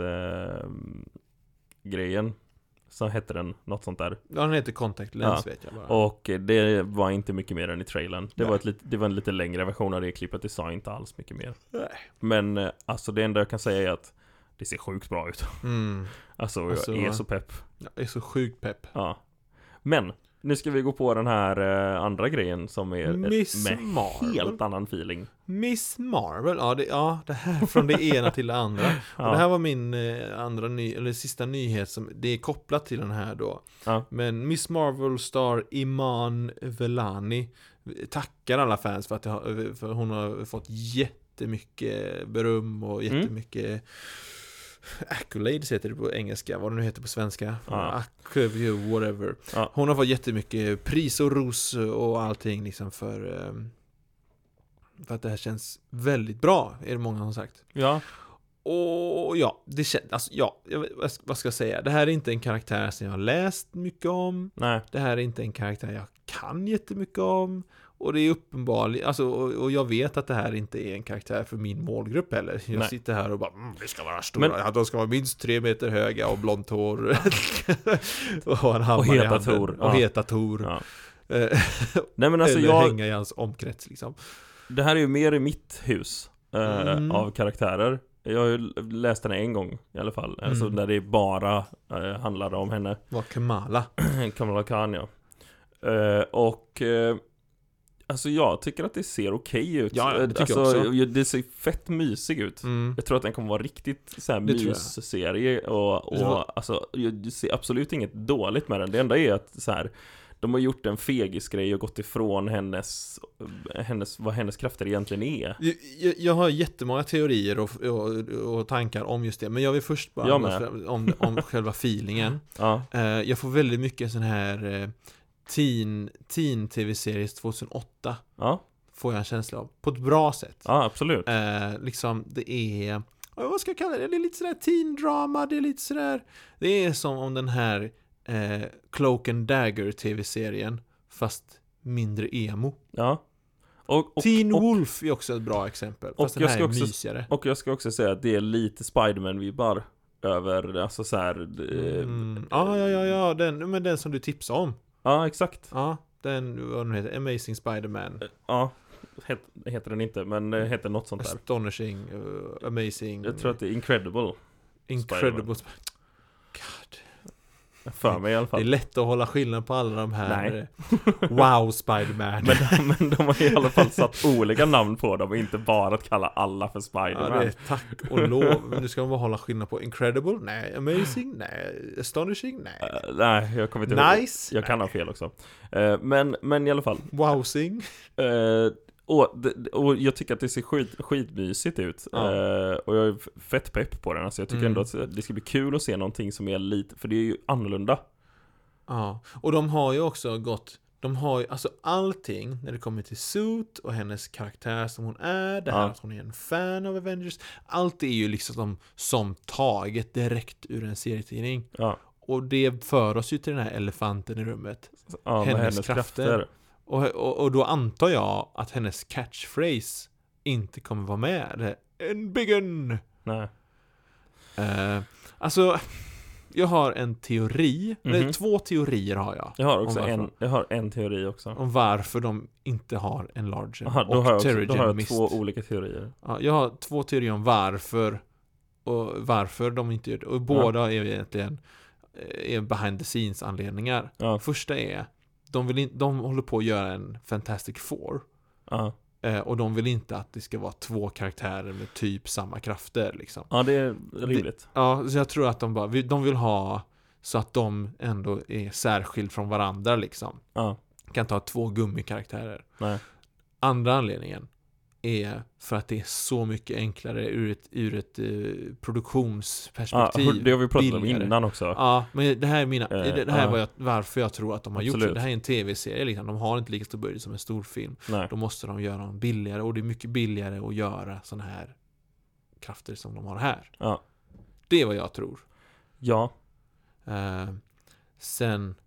grejen, så heter den något sånt där. Ja, den heter contact lens, vet jag bara. Och det var inte mycket mer än i trailern. Det var en lite längre version av det klippet. Det sa inte alls mycket mer. Nej. Men alltså det enda jag kan säga är att det ser sjukt bra ut. Alltså jag är så pepp. Jag är så sjukt pepp. Ja. Men nu ska vi gå på den här andra grejen som är med helt annan feeling. Miss Marvel, det här från det ena till det andra. Och det här var min sista nyhet som det är kopplat till den här då. Ja. Men Miss Marvel star Iman Vellani tackar alla fans för hon har fått jättemycket beröm och jättemycket accolades heter det på engelska, vad det nu heter på svenska. Whatever. Ja. Hon har fått jättemycket pris och ros och allting liksom för att det här känns väldigt bra, är det många som har sagt. Ja. Och det känns, alltså vad ska jag säga? Det här är inte en karaktär som jag har läst mycket om. Nej. Det här är inte en karaktär jag kan jättemycket om. Och det är uppenbarligen, alltså, och jag vet att det här inte är en karaktär för min målgrupp heller. Jag sitter här och bara, det ska vara stora, de ska vara minst 3 meter höga och blont hår. Och en hammare i handen. Och heta Tor. Ja. Nej, men alltså eller hänga i hans omkrets liksom. Det här är ju mer i mitt hus av karaktärer. Jag har ju läst den en gång i alla fall. Alltså när det bara handlade om henne. Var Kamala Khan, ja. Alltså jag tycker att det ser okej ut. Ja, det tycker jag också. Det ser fett mysig ut. Jag tror att den kommer vara riktigt så här mysserie och alltså jag ser absolut inget dåligt med den. Det enda är att så här, de har gjort en fegisgrej och gått ifrån vad hennes krafter egentligen är. Jag har jättemånga teorier och tankar om just det. Men jag vill först bara om själva feelingen. Ja. Jag får väldigt mycket sån här teen tv-series 2008. Ja. Får jag en känsla av. På ett bra sätt. Ja, absolut. Liksom det är, vad ska jag kalla det? Det är lite sådär teen drama. Det är lite sådär, det är som om den här Cloak and Dagger tv-serien fast mindre emo. Ja. Och Teen Wolf är också ett bra exempel. Fast den här är mysigare. Och jag ska också säga att det är lite Spider-Man-vibbar över, alltså så här. Ja, den som du tipsade om. Ja, exakt. Ja, den, vad den heter, Amazing Spider-Man. Ja, heter den inte, men det heter något sånt där. Astonishing, Amazing. Jag tror att det är Incredible God. För mig i alla fall. Det är lätt att hålla skillnad på alla de här. Wow, Spider-Man. men de har i alla fall satt olika namn på dem och inte bara att kalla alla för Spider-Man. Ja, det är tack och lov. Men nu ska man bara hålla skillnad på Incredible, nej. Amazing, nej. Astonishing, nej. Nej, jag kommer inte ihåg. Nice. Jag kan ha fel också. Men i alla fall. Wowsing. Och jag tycker att det ser skitmysigt ut. Och jag är fett pepp på den. Alltså jag tycker ändå att det ska bli kul att se någonting som är lite, för det är ju annorlunda. Ja, och de har ju också alltså allting när det kommer till Suit och hennes karaktär som hon är, det här att hon är en fan av Avengers, allt är ju liksom som taget direkt ur en serietidning. Ja. Och det för oss ju till den här elefanten i rummet. Ja, hennes krafter. Och då antar jag att hennes catchphrase inte kommer vara med. En big un! Nej. Alltså, Jag har en teori, eller 2 teorier har jag. Jag har en teori också. Om varför de inte har en larger Aha, då och har jag mist. 2 olika teorier. Ja, jag har 2 teorier om varför de inte gör det. Och båda är egentligen behind the scenes anledningar. Ja. Första är de håller på att göra en Fantastic Four. Ja. Och de vill inte att det ska vara 2 karaktärer med typ samma krafter liksom. Ja, det är rimligt. Så jag tror att de vill ha så att de ändå är särskild från varandra liksom. Ja. Kan ta 2 gummikaraktärer. Nej. Andra anledningen är för att det är så mycket enklare ur ett produktionsperspektiv. Ja, det har vi pratat om innan också. Ja, men det här är varför jag tror att de har gjort det. Det här är en tv-serie liksom. De har inte lika stor budget som en stor film. Nej. Då måste de göra dem billigare, och det är mycket billigare att göra såna här krafter som de har här. Ja. Det är vad jag tror. Ja. Sen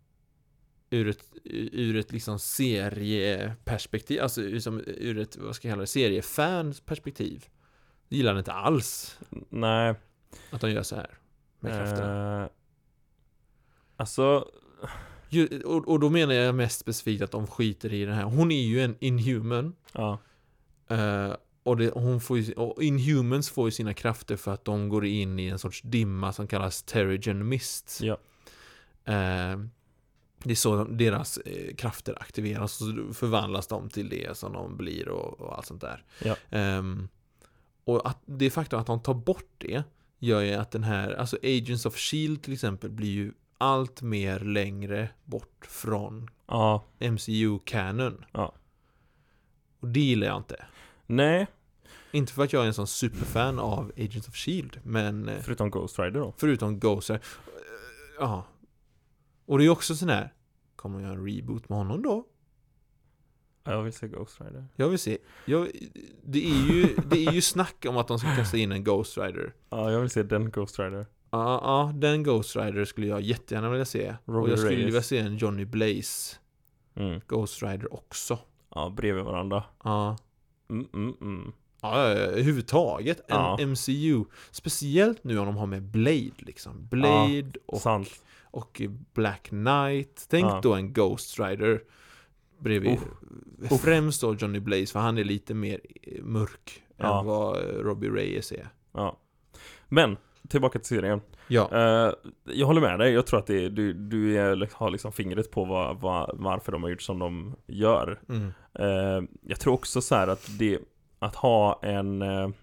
ur ett liksom serieperspektiv, alltså ur ett, vad ska jag kalla det, seriefans perspektiv, gillar det inte alls. Nej. Att de gör så här med krafterna. Alltså och då menar jag mest specifikt att de skiter i den här. Hon är ju en Inhuman. Ja. Och Inhumans får ju sina krafter för att de går in i en sorts dimma som kallas Terrigen Mist. Ja. Det är så deras krafter aktiveras, och så förvandlas de till det som de blir och allt sånt där. Ja. Och att det faktum att de tar bort det gör ju att den här, alltså Agents of S.H.I.E.L.D. till exempel, blir ju allt mer längre bort från MCU-canon. Ja. Och det gillar jag inte. Nej. Inte för att jag är en sån superfan av Agents of S.H.I.E.L.D. men förutom Ghost Rider då. Förutom Ghost Rider. Ja. Och det är också sån här, kommer jag en reboot med honom då? Ja, jag vill se Ghost Rider. Jag vill se. Det är ju snack om att de ska kasta in en Ghost Rider. Ja, jag vill se den Ghost Rider. Ja, den Ghost Rider skulle jag jättegärna vilja se. Robbie och jag skulle Reyes. vilja se en Johnny Blaze Ghost Rider också. Ja, bredvid varandra. Ja. Ja, överhuvudtaget en MCU. Speciellt nu om de har med Blade liksom. Blade och Black Knight. Tänk då en Ghost Rider bredvid. Främst då Johnny Blaze, för han är lite mer mörk än vad Robbie Reyes är. Ja. Men tillbaka till serien. Ja. Jag håller med dig. Jag tror att du har liksom fingret på varför de har gjort som de gör. Jag tror också så här att ha en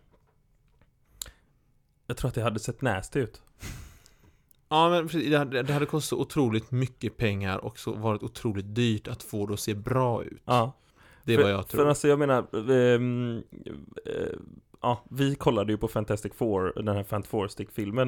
jag tror att det hade sett nasty ut. Ja, men precis, det hade kostat otroligt mycket pengar och så varit otroligt dyrt att få det att se bra ut. Ja. Det är vad jag tror. För alltså jag menar vi kollade ju på Fantastic Four, den här Fantastic-filmen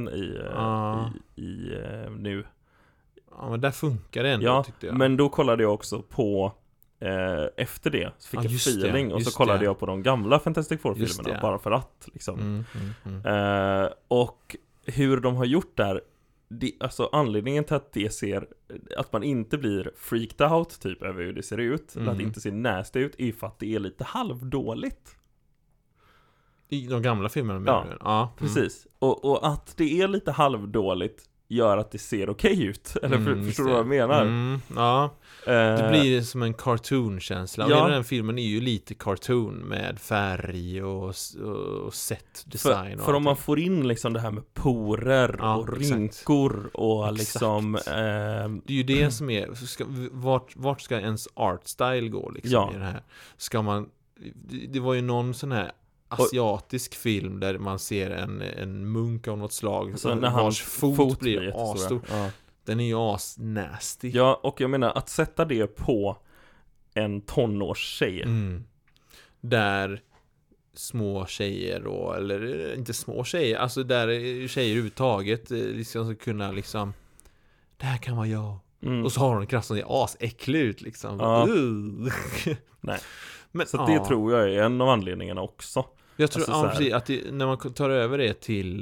nu. Ja, men där funkar det ändå, tyckte jag. Men då kollade jag också på efter det så fick jag feeling och så kollade jag på de gamla Fantastic Four-filmerna bara för att liksom. Och hur de har gjort där, alltså anledningen till att det att man inte blir freaked out typ över hur det ser ut, eller att det inte ser nasty ut, är för att det är lite halvdåligt. I de gamla filmerna ja, precis. Och att det är lite halvdåligt gör att det ser okej ut. Eller förstår du vad jag menar? Ja. Det blir som en cartoon-känsla. Och hela den filmen är ju lite cartoon med färg och set design. För om man får in liksom det här med porer och rynkor och liksom... det är ju det som är... Vart ska ens art style gå liksom i det här? Ska man... Det var ju någon sån här asiatisk film där man ser en munk av något slag, alltså när vars fot blir asstor. Den är ju asnasty. Ja, och jag menar att sätta det på en tonårstjej. Där små tjejer då, eller inte små tjejer, alltså där tjejer överhuvudtaget liksom ska kunna liksom, det här kan vara jag. Och så har hon en kraft som är asäcklig ut liksom. Nej. Men, så det tror jag är en av anledningarna också. Jag tror alltså, precis, att när man tar över det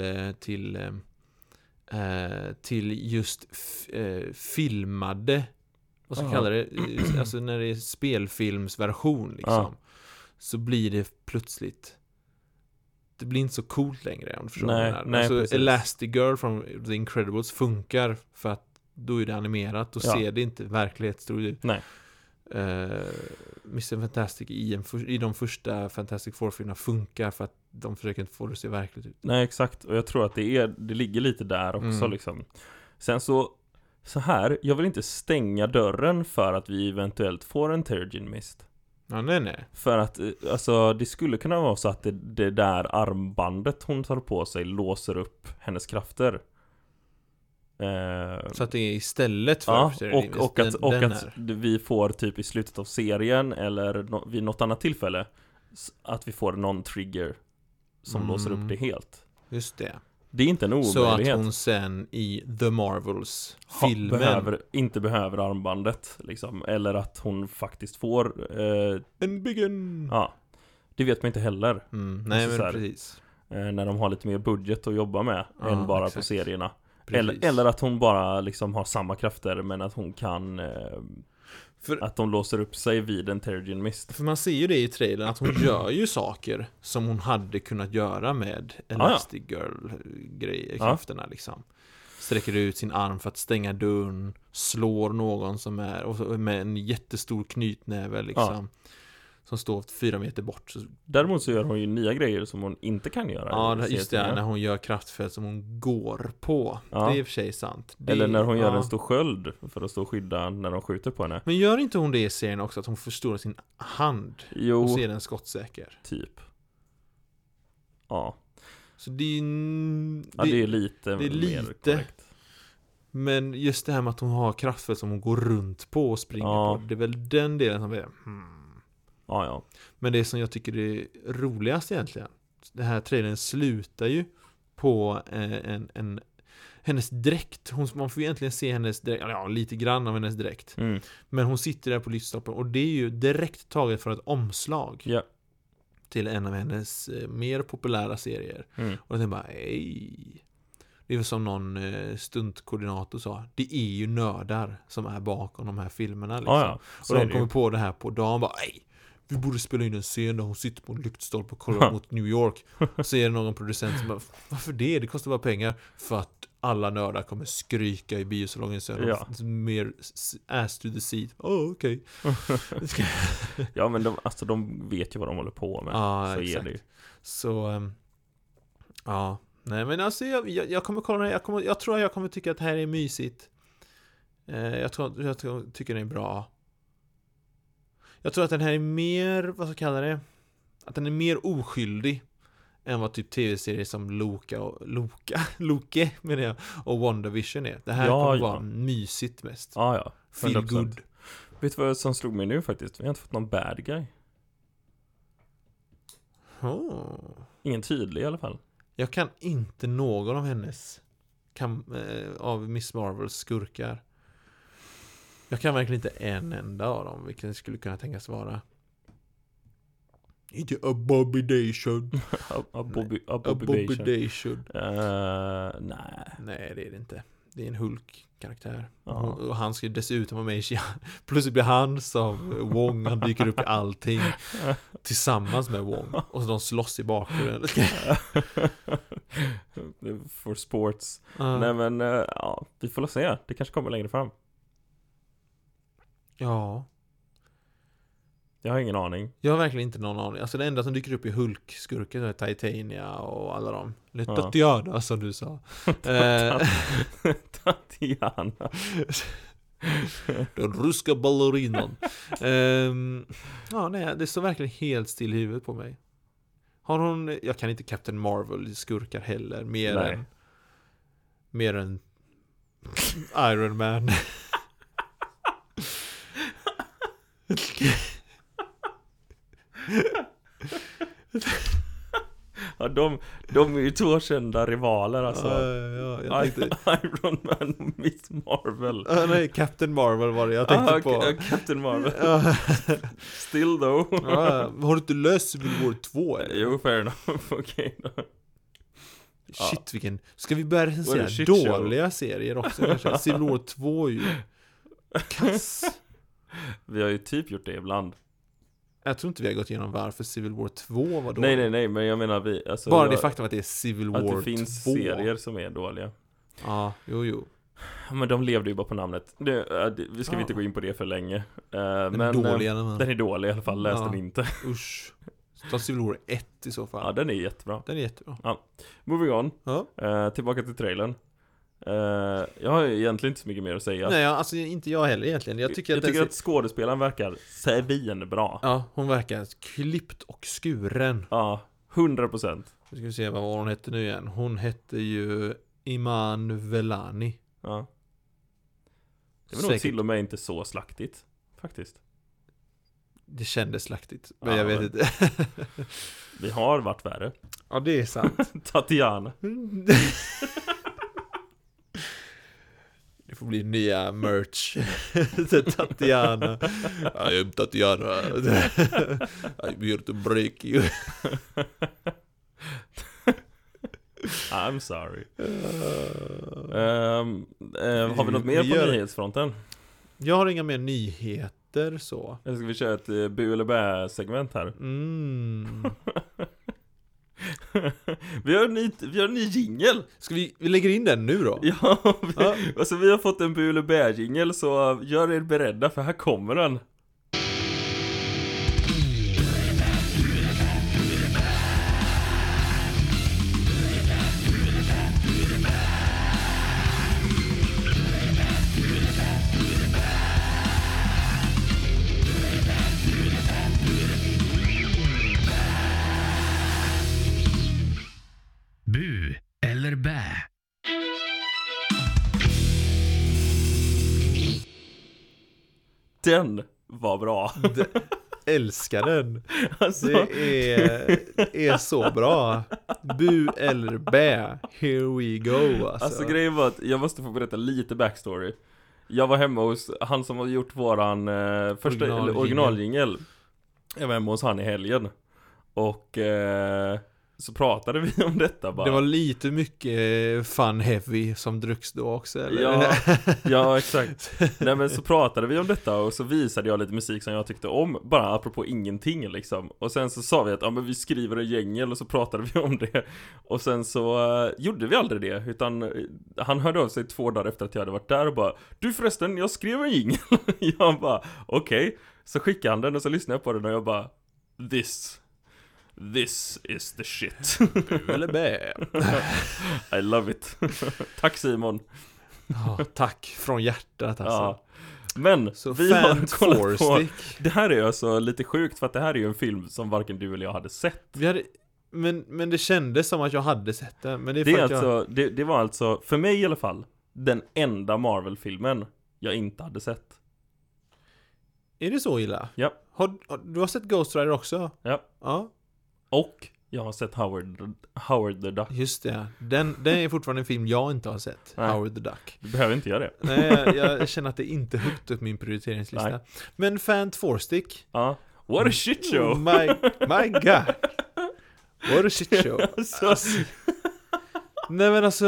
till just filmade, vad ska jag kalla det, alltså när det är spelfilmsversion liksom, så blir det plötsligt det blir inte så coolt längre, om du förstår Nej, vad jag nej, menar. precis. Elastigirl från The Incredibles funkar för att då är det animerat och ser det inte verklighetstroligt ut. Nej. Mr. Fantastic i de första Fantastic Four-filmerna funkar för att de försöker inte få det att se verkligt ut. Nej, exakt. Och jag tror att det ligger lite där också liksom. Sen så här, jag vill inte stänga dörren för att vi eventuellt får en Terrigen Mist. Ja, nej. För att, alltså, det skulle kunna vara så att det där armbandet hon tar på sig låser upp hennes krafter. Så att det är istället för och att vi får typ i slutet av serien eller vid något annat tillfälle att vi får någon trigger som låser upp det helt. Just det. Det är inte en omöjlighet. Så att hon sen i The Marvels-filmen inte behöver armbandet liksom. Eller att hon faktiskt får en biggen. Ja, det vet man inte heller. Nej, men precis. När de har lite mer budget att jobba med än bara på serierna. Precis. Eller att hon bara liksom har samma krafter, men att hon kan att de låser upp sig vid en Terrigen Mist. För man ser ju det i trailern, att hon gör ju saker som hon hade kunnat göra med Elastigirl-grejer, krafterna liksom. Sträcker ut sin arm för att stänga dörren, slår någon som är och med en jättestor knytnäve liksom. Som står 4 meter bort. Däremot så gör hon ju nya grejer som hon inte kan göra. Ja, just det, när hon gör kraftfält som hon går på. Det är i och för sig sant. Eller när hon gör en stor sköld för att stå och skydda när de skjuter på henne. Men gör inte hon det i serien också, att hon förstorar sin hand och ser den skottsäker? Typ. Ja. Så det är lite mer korrekt. Men just det här med att hon har kraftfält som hon går runt på och springer på, det är väl den delen som är Ja. Men det som jag tycker är roligast egentligen, det här trailern slutar ju på hennes dräkt. Man får egentligen se hennes dräkt, lite grann av hennes dräkt. Men hon sitter där på lyktstolpen och det är ju direkt taget från ett omslag till en av hennes mer populära serier. Och jag bara, det är väl som någon stuntkoordinator sa, det är ju nördar som är bakom de här filmerna liksom. Och de kommer på det här på dagen, bara, vi borde spela in en scen där hon sitter på en lyktstolpe och kollar mot New York. Så är det någon producent som bara, varför det? Det kostar bara pengar. För att alla nördar kommer skrika i biosalongen sen. Mer ass to the seat. Okej. Ja, men de vet ju vad de håller på med. Så exakt. Är det. Så, nej men alltså jag kommer kolla det. Jag tror att jag kommer tycka att det här är mysigt. Jag tycker det är bra. Jag tror att den här är mer, vad ska jag kalla det? Att den är mer oskyldig än vad typ tv-serier som Loke menar jag, och WandaVision är. Det här kommer vara mysigt mest. Ja. Feel good. Vet du vad som slog mig nu faktiskt? Vi har inte fått någon bad guy. Ingen tydlig i alla fall. Jag kan inte någon av hennes av Miss Marvels skurkar. Jag kan verkligen inte en enda av dem, vilken skulle kunna tänkas vara. Inte abomination. Abomination. Nej, det är det inte. Det är en Hulk-karaktär. Och han ska dessutom vara med i plötsligt blir han som Wong, han dyker upp i allting tillsammans med Wong. Och så de slåss i bakgrunden. For sports. Nej men, vi får se. Det kanske kommer längre fram. Ja. Jag har ingen aning. Jag har verkligen inte någon aning. Alltså det enda som dyker upp i Hulk-skurken är Titania och alla dem. Eller Tatiana som du sa. Tatiana. Den ryska ballerinan. Nej, det står verkligen helt still i huvudet på mig. Har hon... Jag kan inte Captain Marvel skurkar heller. Mer än Iron Man. De är ju två kända rivaler alltså. Jag tänkte... Iron Man och Miss Marvel. Nej, Captain Marvel var det jag tänkte på. Captain Marvel. Still though. Har du inte löst Civil War 2 eller? Jo, fair enough. Okej då. Shit, vilken... Ska vi börja säga dåliga serier också kanske? Civil War 2 ju. Kass. Vi har ju typ gjort det ibland. Jag tror inte vi har gått igenom varför Civil War 2 var dålig. Nej, men jag menar alltså, bara det faktum att det är Civil War 2. Att det finns serier som är dåliga. Ja, jo. Men de levde ju bara på namnet. Vi ska inte gå in på det för länge. Den men dåliga, den är dålig i alla fall, läs den inte. Usch. Ta Civil War 1 i så fall. Ja, den är jättebra. Ja. Moving on. Ja. Tillbaka till trailern. Jag har ju egentligen inte så mycket mer att säga. Nej, alltså inte jag heller egentligen. Jag tycker att skådespelaren verkar svinbra. Ja, hon verkar klippt och skuren. Ja, 100%. Nu ska vi se vad hon hette nu igen. Hon hette ju Iman Vellani. Ja. Det var nog till och med inte så slaktigt, faktiskt. Det kändes slaktigt, men jag vet inte. Vi har varit värre. Ja, det är sant. Tatiana. Det får bli nya merch. Tatiana. I am Tatiana. I'm here to break you. I'm sorry. Har vi något mer på nyhetsfronten? Jag har inga mer nyheter så. Eller ska vi köra ett bu eller bä-segment här? Vi har en ny jingle. Ska vi lägger in den nu då? Ja, alltså vi har fått en bu eller bä-jingle, så gör er beredda för här kommer den. Bu eller bä? Den var bra. Älskar den. Alltså. Det är så bra. Bu eller bä. Here we go. Alltså grejen var att jag måste få berätta lite backstory. Jag var hemma hos han som har gjort våran första originaljingel. Jag var hemma hos han i helgen. Och så pratade vi om detta bara. Det var lite mycket fun heavy som drucks då också, eller? Ja, exakt. Nej, men så pratade vi om detta och så visade jag lite musik som jag tyckte om, bara apropå ingenting liksom. Och sen så sa vi att men vi skriver en gängel, och så pratade vi om det. Och sen så gjorde vi aldrig det, utan han hörde av sig 2 dagar efter att jag hade varit där och bara: du förresten, jag skrev en gängel. Jag bara, okej. Så skickade han den och så lyssnade jag på den och jag bara: This is the shit. Eller bä. I love it. Tack Simon. Tack från hjärtat alltså. Ja. Men så vi har kollat på. Det här är alltså lite sjukt, för att det här är ju en film som varken du eller jag hade sett. Men det kändes som att jag hade sett det. Men det var alltså, för mig i alla fall, den enda Marvel-filmen jag inte hade sett. Är det så illa? Ja. Du har sett Ghost Rider också? Ja. Och jag har sett Howard the Duck. Just det. Den är fortfarande en film jag inte har sett. Nej. Howard the Duck. Du behöver inte göra det. Nej, jag känner att det inte högt upp min prioriteringslista. Nej. Men Fant Four Stick. Ja. What a shit show. Oh my god. What a shit show. Alltså. Nej men alltså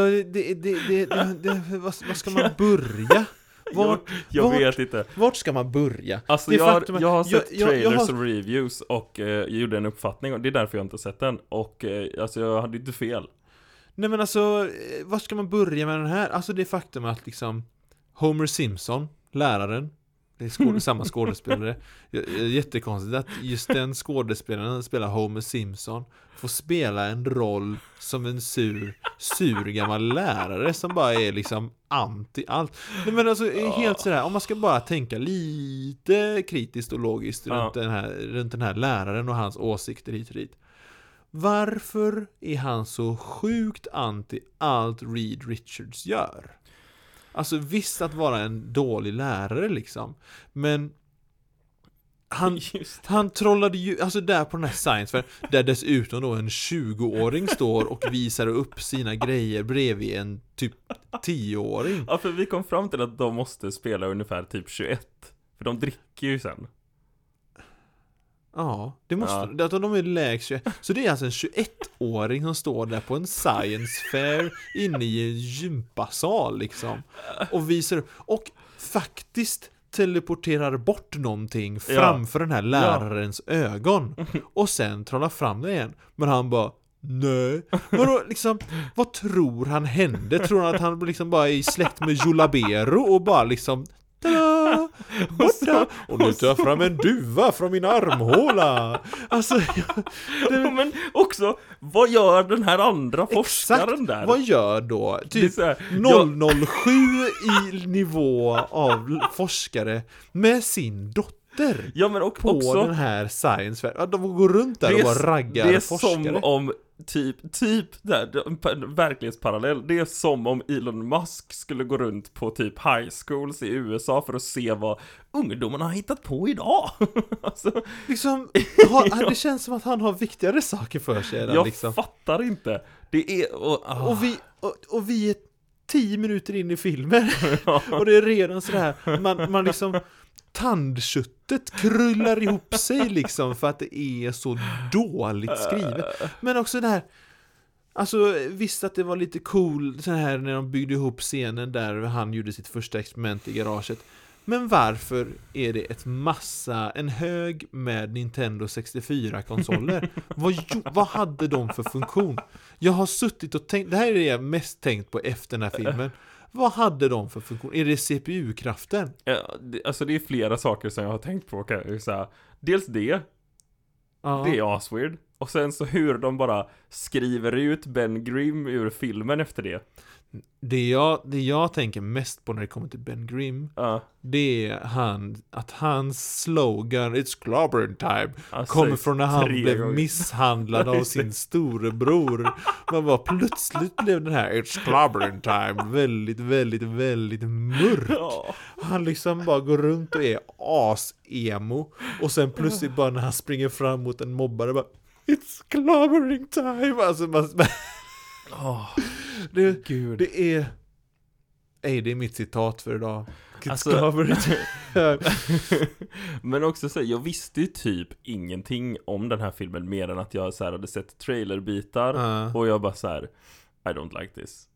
vad ska man börja? Jag vet inte. Vart ska man börja? Alltså jag har sett trailers och reviews och jag gjorde en uppfattning, och det är därför jag inte har sett den. Och alltså jag hade inte fel. Nej men alltså, var ska man börja med den här? Alltså det faktum att liksom Homer Simpson, läraren, det är samma skådespelare. Jättekonstigt att just den skådespelaren spelar Homer Simpson, får spela en roll som en sur gammal lärare som bara är liksom anti allt. Nej, men alltså helt sådär, om man ska bara tänka lite kritiskt och logiskt runt den här läraren och hans åsikter hit och dit. Varför är han så sjukt anti allt Reed Richards gör? Alltså visst att vara en dålig lärare liksom, men han trollade ju, alltså där på den här science fair, där dessutom då en 20-åring står och visar upp sina grejer bredvid en typ 10-åring. Ja, för vi kom fram till att de måste spela ungefär typ 21, för de dricker ju sen. Ja, det måste att de är lägst 21. Så det är alltså en 21-åring som står där på en science fair inne i en gympasal liksom och visar upp. Och faktiskt teleporterar bort någonting framför den här lärarens ögon och sen trollar fram det igen. Men han bara, nej. Vadå, liksom, vad tror han hände? Tror han att han liksom bara är i släkt med Julabero och bara liksom borta. Och nu tar jag fram en duva från min armhåla. Alltså, men också, vad gör den här andra forskaren där? Vad gör då? Typ 007 i nivå av forskare med sin dotter. Ja, men och på också, den här science fair. De går runt där och bara raggar forskare. Det är som om typ där, verklighetsparallell. Det är som om Elon Musk skulle gå runt på typ high schools i USA för att se vad ungdomarna har hittat på idag. Alltså, liksom, det känns som att han har viktigare saker för sig. Jag liksom. fattar inte. Det är och vi är 10 minuter in i filmen och det är redan sådär man liksom tandköttet krullar ihop sig liksom för att det är så dåligt skrivet. Men också det här, alltså visst att det var lite cool så här när de byggde ihop scenen där han gjorde sitt första experiment i garaget. Men varför är det en hög med Nintendo 64-konsoler? Vad hade de för funktion? Jag har suttit och tänkt, det här är det jag mest tänkt på efter den här filmen. Vad hade de för funktion? Är det CPU-kraften? Alltså det är flera saker som jag har tänkt på. Dels det är asweird. Och sen så hur de bara skriver ut Ben Grimm ur filmen efter det. Det jag tänker mest på när det kommer till Ben Grimm, det är att hans slogan It's clobbering time kommer från när han blev misshandlad av sin storebror. Man bara plötsligt blev den här It's clobbering time väldigt, väldigt, väldigt mörk. Han liksom bara går runt och är as-emo och sen plötsligt bara när han springer fram mot en mobbare bara It's clobbering time. Alltså det är mitt citat för idag. Alltså, men också så, jag visste ju typ ingenting om den här filmen mer än att jag så här hade sett trailerbitar och jag bara så här I don't like this.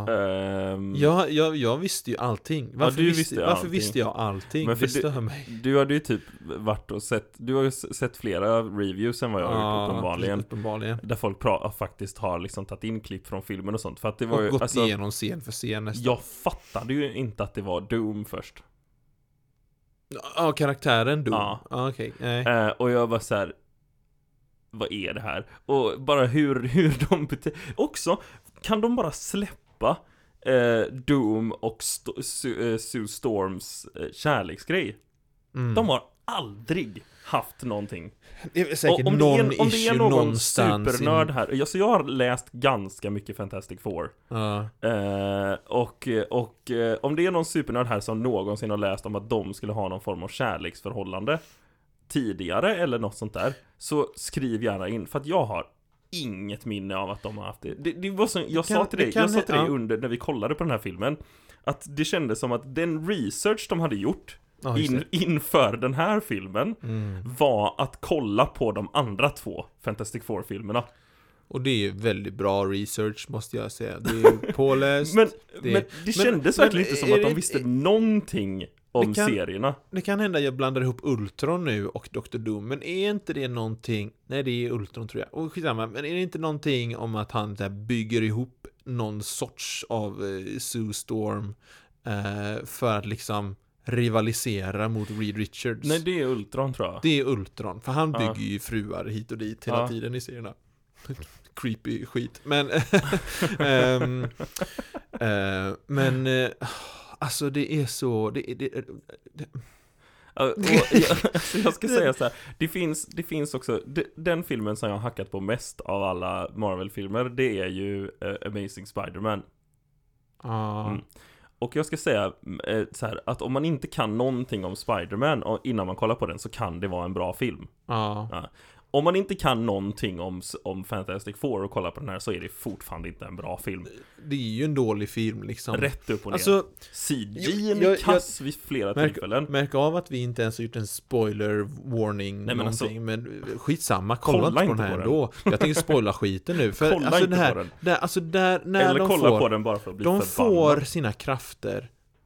Jag visste ju allting. Varför visste jag allting? Men du hade ju typ varit och sett flera reviews än vad jag har gjort uppenbarligen. Där folk faktiskt har liksom tagit in klipp från filmen och sånt. För att det var och ju, gått igenom scen för scen nästan. Jag fattade ju inte att det var Doom först. Ja, karaktären Doom. Ja. Okej. Och jag var så här, vad är det här? Och bara hur de också, kan de bara släppa Doom och Sue Storms kärleksgrej? De har aldrig haft någonting. Det är säkert om det är någon någonstans supernörd här. Så jag har läst ganska mycket Fantastic Four. Och om det är någon supernörd här som någonsin har läst om att de skulle ha någon form av kärleksförhållande tidigare eller något sånt där, så skriv gärna in, för att jag har inget minne av att de har haft det. Det var så, jag sa till dig under när vi kollade på den här filmen att det kändes som att den research de hade gjort inför den här filmen var att kolla på de andra 2 Fantastic Four-filmerna. Och det är väldigt bra research, måste jag säga. Det är påläst. men det kändes verkligen inte som att de visste någonting om serierna. Det kan hända jag blandar ihop Ultron nu och Dr. Doom, men är inte det någonting... Nej, det är Ultron tror jag. Och skitsamma, men är det inte någonting om att han där bygger ihop någon sorts av Sue Storm för att liksom rivalisera mot Reed Richards? Nej, det är Ultron tror jag. Det är Ultron, för han bygger ju fruar hit och dit hela tiden i serierna. Creepy skit. Men alltså det är så jag ska säga så här, det finns också den filmen som jag har hackat på mest av alla Marvel-filmer, det är ju Amazing Spider-Man. Och jag ska säga så här, att om man inte kan någonting om Spider-Man innan man kollar på den, så kan det vara en bra film. Om man inte kan någonting om Fantastic Four och kollar på den här, så är det fortfarande inte en bra film. Det är ju en dålig film liksom. Rätt upp och ner. Alltså, CG:n är kass vid flera tillfällen. Märk av att vi inte ens har gjort en spoiler warning. Nej, men skitsamma, kolla inte på den här ändå. Jag tänker spoila skiten nu. För kolla alltså inte det här, på den. Där, alltså där, när eller de kolla får, på den bara för att bli de förbannad. får sina krafter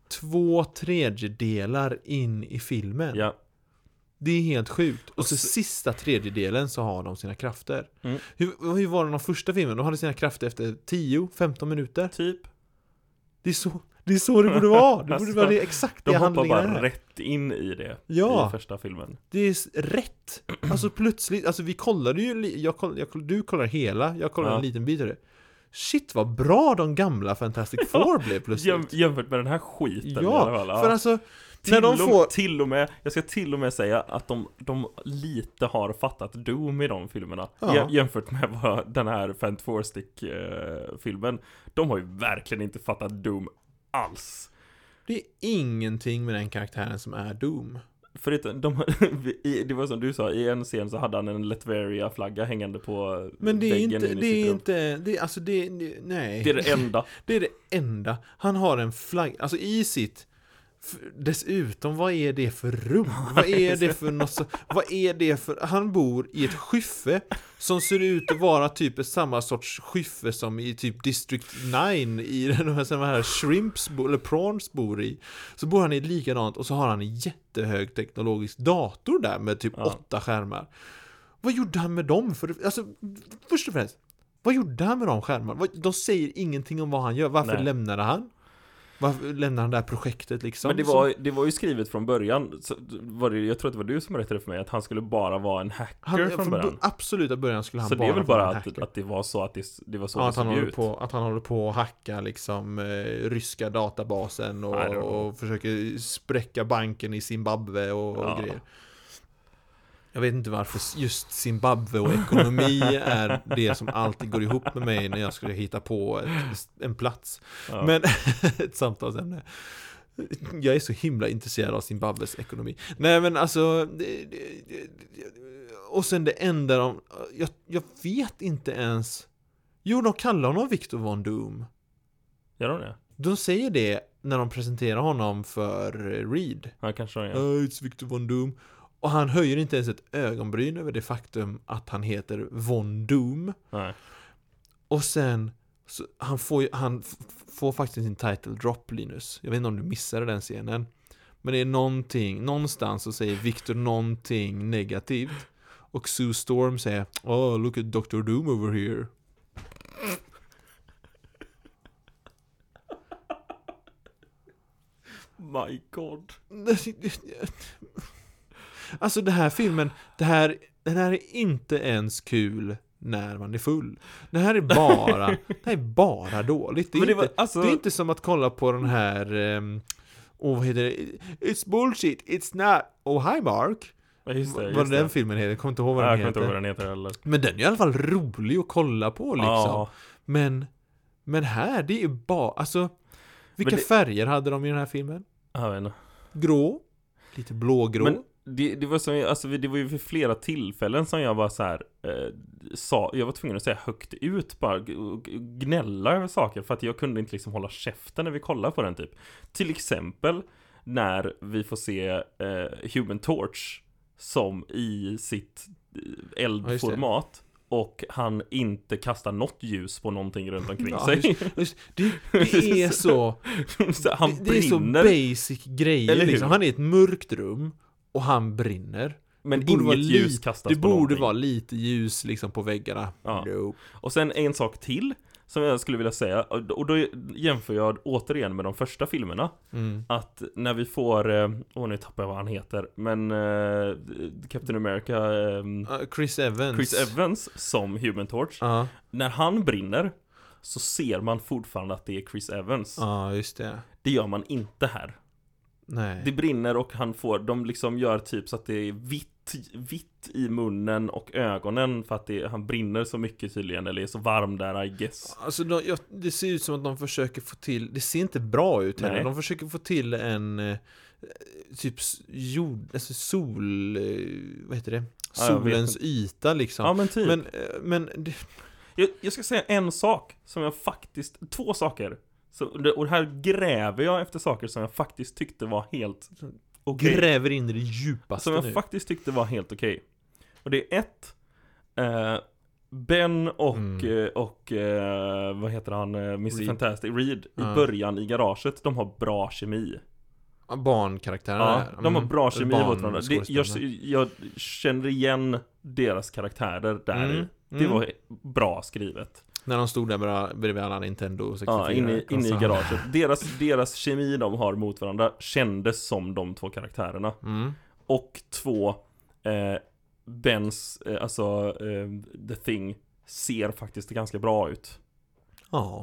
2/3 in i filmen. Ja. Det är helt sjukt. Och så sista 1/3 så har de sina krafter. Hur var det de första filmen? De hade sina krafter efter 10-15 minuter. Typ. Det är så det borde vara. Det borde vara det exakt det handlingen är. De hoppar bara rätt in i det i första filmen. Det är rätt. Alltså plötsligt, alltså vi kollade ju, du kollar hela, jag kollar en liten bit av det. Shit vad bra de gamla Fantastic Four blev plötsligt. Jämfört med den här skiten. För alltså till och med, jag ska till och med säga att de lite har fattat Doom i de filmerna. Jämfört med vad den här Fantastic-filmen. De har ju verkligen inte fattat Doom alls. Det är ingenting med den karaktären som är Doom. För det var som du sa, i en scen så hade han en Latveria-flagga hängande på men det väggen. Men det är inte, nej. Det är det enda. Det är det enda. Han har en flagga, alltså i sitt. Dessutom, vad är det för rum? Vad är det för något? Vad är det för? Han bor i ett skyffe som ser ut att vara typ samma sorts skyffe som i typ District 9 i de här shrimps eller prawns bor i. Så bor han i ett likadant och så har han en jättehög teknologisk dator där med typ 8 skärmar. Vad gjorde han med dem? Alltså, först och främst, vad gjorde han med de skärmarna? De säger ingenting om vad han gör. Varför lämnade han? Varför lämnar han det här projektet liksom? Men det var ju skrivet från början så jag tror att det var du som berättade för mig att han skulle bara vara en hacker från början. Absolut, i början skulle han så bara vara en hacker. Så det är väl bara att det var så att det var så att han håller på att hacka liksom ryska databasen och försöker spräcka banken i Zimbabwe och grejer. Jag vet inte varför just Zimbabwe och ekonomi är det som alltid går ihop med mig när jag skulle hitta på en plats. Men ett samtalsämne. Jag är så himla intresserad av Zimbabwes ekonomi. Nej men alltså och sen det enda jag vet inte ens. Jo, de kallar honom Victor Von Doom. Gör de det? De säger det när de presenterar honom för Reed. Ja, kanske de It's Victor Von Doom. Och han höjer inte ens ett ögonbryn över det faktum att han heter Von Doom. Nej. Och sen så han får faktiskt sin title drop, Linus. Jag vet inte om du missade den scenen. Men det är någonstans så säger Victor någonting negativt. Och Sue Storm säger "Oh, look at Dr. Doom over here." My God. Alltså den här filmen, den här är inte ens kul när man är full. Det här är bara dåligt. Det är inte som att kolla på den här vad heter det? It's bullshit, it's not. Oh, hi Mark. Vad den filmen heter, jag kommer inte ihåg vad den heter. Jag kommer inte ihåg vad den heter heller. Men den är i alla fall rolig att kolla på liksom. Men här, det är bara, alltså vilka färger hade de i den här filmen? Jag vet inte. Grå, lite blågrå. Men det var som, alltså det var ju för flera tillfällen som jag var så här jag var tvungen att säga högt ut, bara gnälla över saker för att jag kunde inte liksom hålla käften när vi kollar på den typ. Till exempel när vi får se Human Torch som i sitt eldformat och han inte kastar något ljus på någonting runt omkring sig. Det är så han det är så basic grejer liksom. Han är i ett mörkt rum och han brinner. Men inget ljus kastas på någonting. Det borde vara lite ljus liksom på väggarna. Ja. Och sen en sak till som jag skulle vilja säga, och då jämför jag återigen med de första filmerna, att när vi får nu tappar jag vad han heter, men Captain America Chris Evans som Human Torch, när han brinner så ser man fortfarande att det är Chris Evans. Ja, just det. Det gör man inte här. Nej. Det brinner och de liksom gör typ så att det är vitt i munnen och ögonen för att han brinner så mycket tydligen, eller är så varm där, I guess. Alltså det ser ut som att de försöker få till, det ser inte bra ut heller. De försöker få till en typ sol, vad heter det? Solens yta liksom. Ja, men typ. Men jag ska säga en sak som jag faktiskt, 2 saker. Och här gräver jag efter saker som jag faktiskt tyckte var helt okej. Gräver in i det djupaste som jag faktiskt tyckte var helt okej. Och det är Ben och vad heter han? Mr. Fantastic Reed i början i garaget. De har bra kemi. Barnkaraktärerna. Ja, de har bra kemi mot varandra. Jag känner igen deras karaktärer där. Det var bra skrivet. När de stod där bredvid alla Nintendo 64. Ja, inne i garaget. Deras kemi de har mot varandra kändes som de två karaktärerna. Och två Bens, The Thing ser faktiskt ganska bra ut. Ja.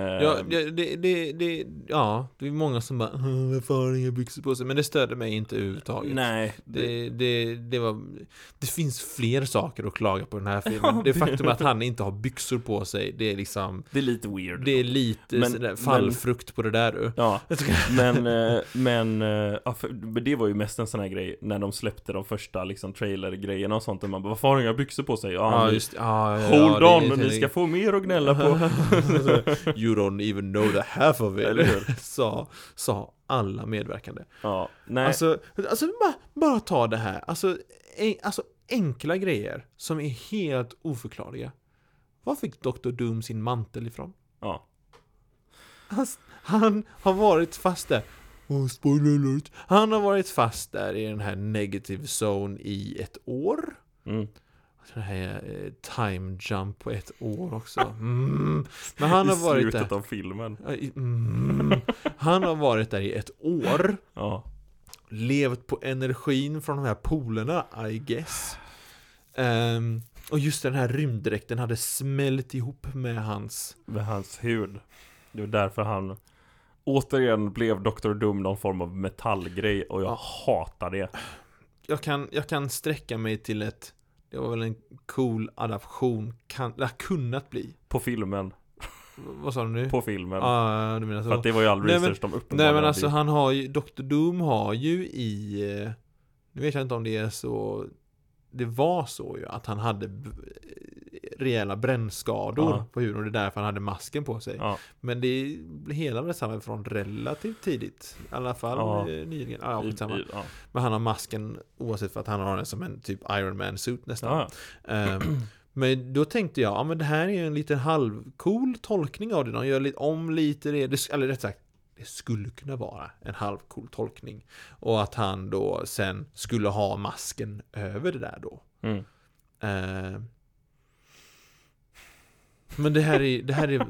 Det är många som bara varför har inga byxor på sig, men det stödde mig inte överhuvudtaget. Nej. Det finns fler saker att klaga på den här filmen. Det faktum att han inte har byxor på sig, det är liksom, det är lite weird. Det är lite fallfrukt på det där. Ja. Men det var ju mest en sån här grej när de släppte de första liksom trailer-grejerna och sånt, och man bara, varför har inga byxor på sig? Hold on, ni ska få mer att gnälla på. You don't even know the half of it. Eller hur? sa alla medverkande. Ja, nej. Alltså bara ta det här. Alltså enkla grejer som är helt oförklarliga. Var fick Dr. Doom sin mantel ifrån? Ja. Han har varit fast där. Spoiler alert. Han har varit fast där i den här negative zone i ett år. Den här time jump på ett år också. Men han har varit där i slutet av filmen. Han har varit där i ett år. Ja. Levt på energin från de här polerna, I guess. Och just den här rymddräkten hade smält ihop med hans hud. Det var därför han återigen blev Dr. Doom någon form av metallgrej, och jag hatar det. Jag kan sträcka mig till ett, det var väl en cool adaption, det har kunnat bli. På filmen. Vad sa du nu? På filmen. Du menar så. För att det var ju all research de uppenbarligen. Nej men alltså han har ju, Dr. Doom har ju nu vet jag inte om det är så, det var så ju att han hade rejäla brännskador på huden, och det är därför han hade masken på sig. Men det hela det samma från relativt tidigt, i alla fall nyligen. Men han har masken oavsett, för att han har den som en typ Iron Man suit nästan. Men då tänkte jag, men det här är ju en lite halvcool tolkning av det. De gör lite om lite det, eller rätt sagt, det skulle kunna vara en halvcool tolkning. Och att han då sen skulle ha masken över det där då. Men det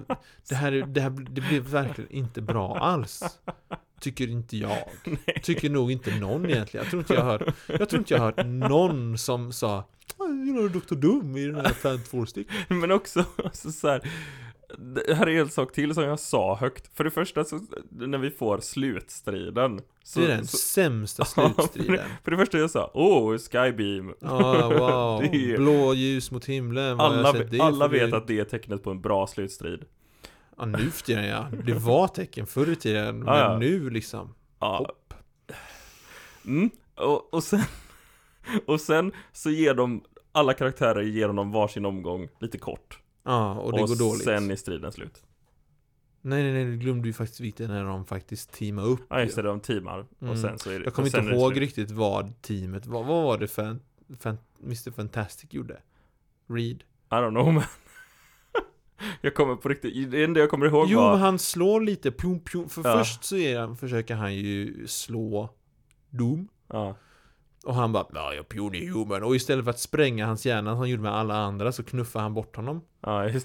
blev verkligen inte bra alls. Tycker inte jag. Tycker nog inte någon egentligen. Jag tror inte jag har hört någon som sa Dr. Doom i den här Fan 4-stick. Men också alltså, så här, det här är en sak till som jag sa högt. För det första så, när vi får slutstriden så, det är den sämsta slutstriden. För det första jag sa, Skybeam. Wow. Blå ljus mot himlen. Alla vet att det är tecknet på en bra slutstrid. Ja, nu för tiden, ja. Det var tecken förr i tiden. Men nu liksom hopp. Och sen så ger de, alla karaktärer ger dem varsin omgång lite kort. Och det går dåligt. Och sen är striden slut. Nej, det glömde du faktiskt vita när de faktiskt teamar upp. Ja, just det, de teamar. Och sen så är det, jag kommer inte ihåg riktigt vad teamet var. Vad var det för Mr. Fantastic gjorde? Reed? I don't know, man. Jag kommer på riktigt, det enda jag kommer ihåg var... men han slår lite plum. För först så försöker han ju slå Doom. Och han bara, jag puny human. Och istället för att spränga hans hjärna som han gjorde med alla andra, så knuffar han bort honom. Ja, just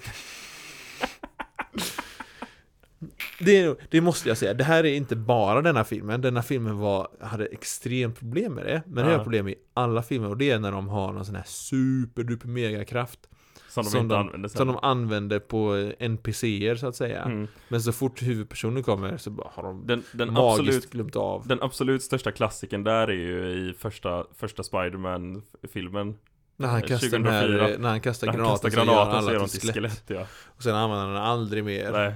det. Det måste jag säga. Det här är inte bara denna filmen. Denna filmen hade extremt problem med det. Men det har problem i alla filmer. Och det är när de har någon sån här superduper megakraft. Som de använder på NPCer så att säga. Men så fort huvudpersonen kommer så bara har de magiskt glömt av. Den absolut största klassiken där är ju i första Spider-Man-filmen. När han kastar 2004. När han kastar granaten så gör de till skelett. Ja. Och sen använder han aldrig mer. Nej.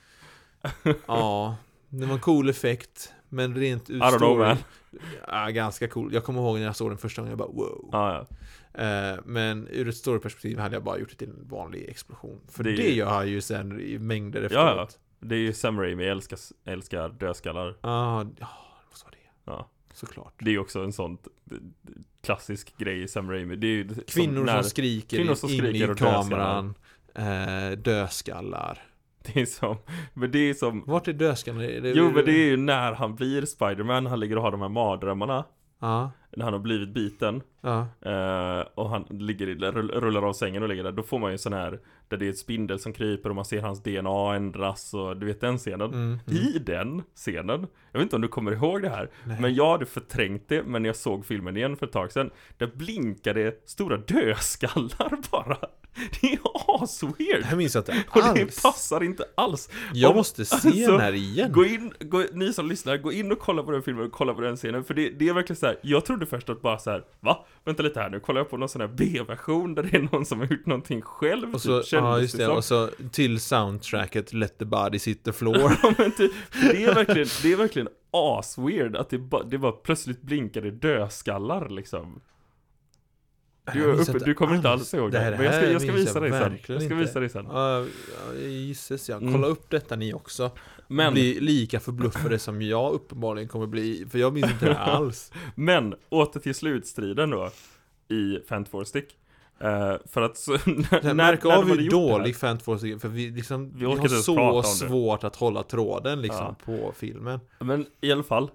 Det var en cool effekt. Men rent ut ganska cool. Jag kommer ihåg när jag såg den första gången, jag bara wow. Men ur ett storyperspektiv hade jag bara gjort det till en vanlig explosion. För det gör jag ju sen i mängder efteråt. Det är ju Sam Raimi, älskar dödskallar. Det måste vara det. Ja. Såklart. Det är också en sån klassisk grej i Sam Raimi. Det är ju kvinnor som skriker in i kameran, dödskallar. Det är som, men det är som... Vart är dödskallar? Men det är ju när han blir Spider-Man, han ligger och har de här mardrömmarna. Ja. När han har blivit biten. Ja. Och han rullar av sängen och ligger där. Då får man ju sån här, där det är ett spindel som kryper och man ser hans DNA ändras och du vet den scenen. I den scenen, jag vet inte om du kommer ihåg det här. Nej. Men jag hade förträngt det, men jag såg filmen igen för ett tag sedan. Där blinkade stora dödskallar bara. Det är asweird. Jag minns att det och det passar inte alls. Jag måste se den här igen. Ni som lyssnar, gå in och kolla på den filmen och kolla på den scenen. För det är verkligen så här. Jag trodde först att bara så här, va? Vänta lite här nu, kollar jag på någon sån här B-version där det är någon som har gjort någonting själv. Och så, ja just det, och så till soundtracket Let the Body Hit the Floor. Ja, men det är verkligen asweird att det var plötsligt blinkade dödskallar liksom. Du kommer inte alls ihåg det. Men jag ska visa dig sen. Jag ska visa dig sen. Gissas jag. Kolla upp detta ni också. Men bli lika förbluffade som jag uppenbarligen kommer bli. För jag minns inte det alls. Men åter till slutstriden då. I Fantastic. För att så, märker av hur dålig Fantastic. För vi har så svårt att hålla tråden liksom, på filmen. Men i alla fall.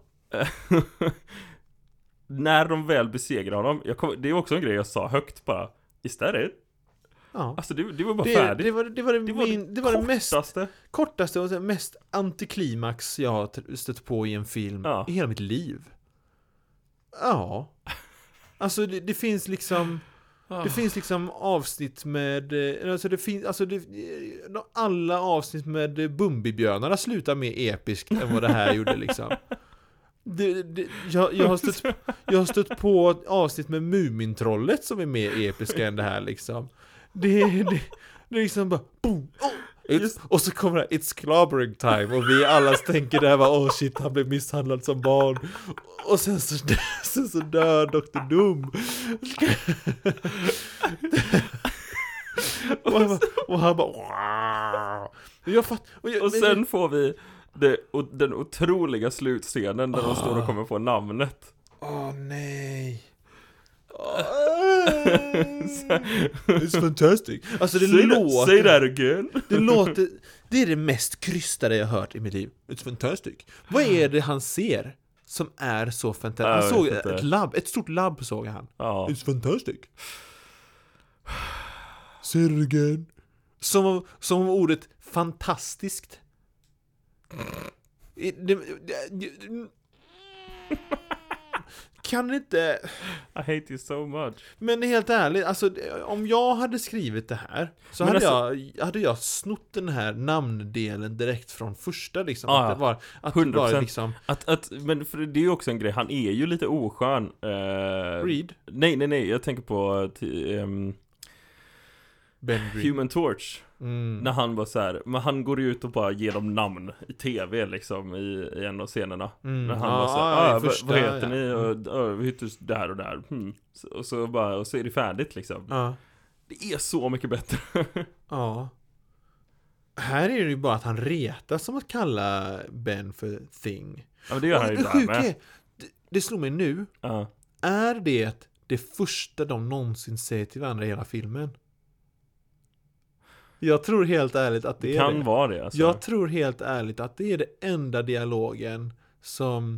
När de väl besegrar honom, det är också en grej jag sa högt bara. Istället. Ja. Alltså det var bara färdigt. Det var det mest kortaste och mest antiklimax jag har stött på i en film i hela mitt liv. Ja. Alltså det finns liksom avsnitt med alla avsnitt med Bumbibjörnarna slutar mer episkt än vad det här gjorde liksom. Jag har stött på avsnitt med Mumintrollet som är mer episka än det här liksom. Det är liksom bara boom, och så kommer det It's clobbering time och vi alla tänker där var shit, han blev misshandlad som barn och sen så dör Dr. Doom. och han bara och sen får vi den otroliga slutscenen där de står och kommer få namnet. Nej. It's fantastic. Alltså say that again. Det är det mest krystade jag hört i mitt liv. It's fantastic. Vad är det han ser som är så fantastiskt? Han såg ett stort labb såg han. It's fantastic. Say it again. Som ordet fantastiskt. Kan inte. I hate you so much. Men helt ärligt, alltså om jag hade skrivit det här så hade jag snott den här namndelen direkt från första liksom. Att det var 100%. Det var liksom men för det är ju också en grej, han är ju lite oskön. Reed? Nej, jag tänker på Human Torch. När han var så här, men han går ut och bara ger dem namn i tv liksom i en av scenerna. När han var så här, vad heter ni? Och vi hittar där och där. Och så är det färdigt liksom. Det är så mycket bättre. Ja. Här är det ju bara att han retas som att kalla Ben för Thing. Ja, men det gör han ju där med. Det slår mig nu. Är det första de någonsin säger till varandra i hela filmen? Jag tror helt ärligt att det kan vara det alltså. Jag tror helt ärligt att det är det enda dialogen som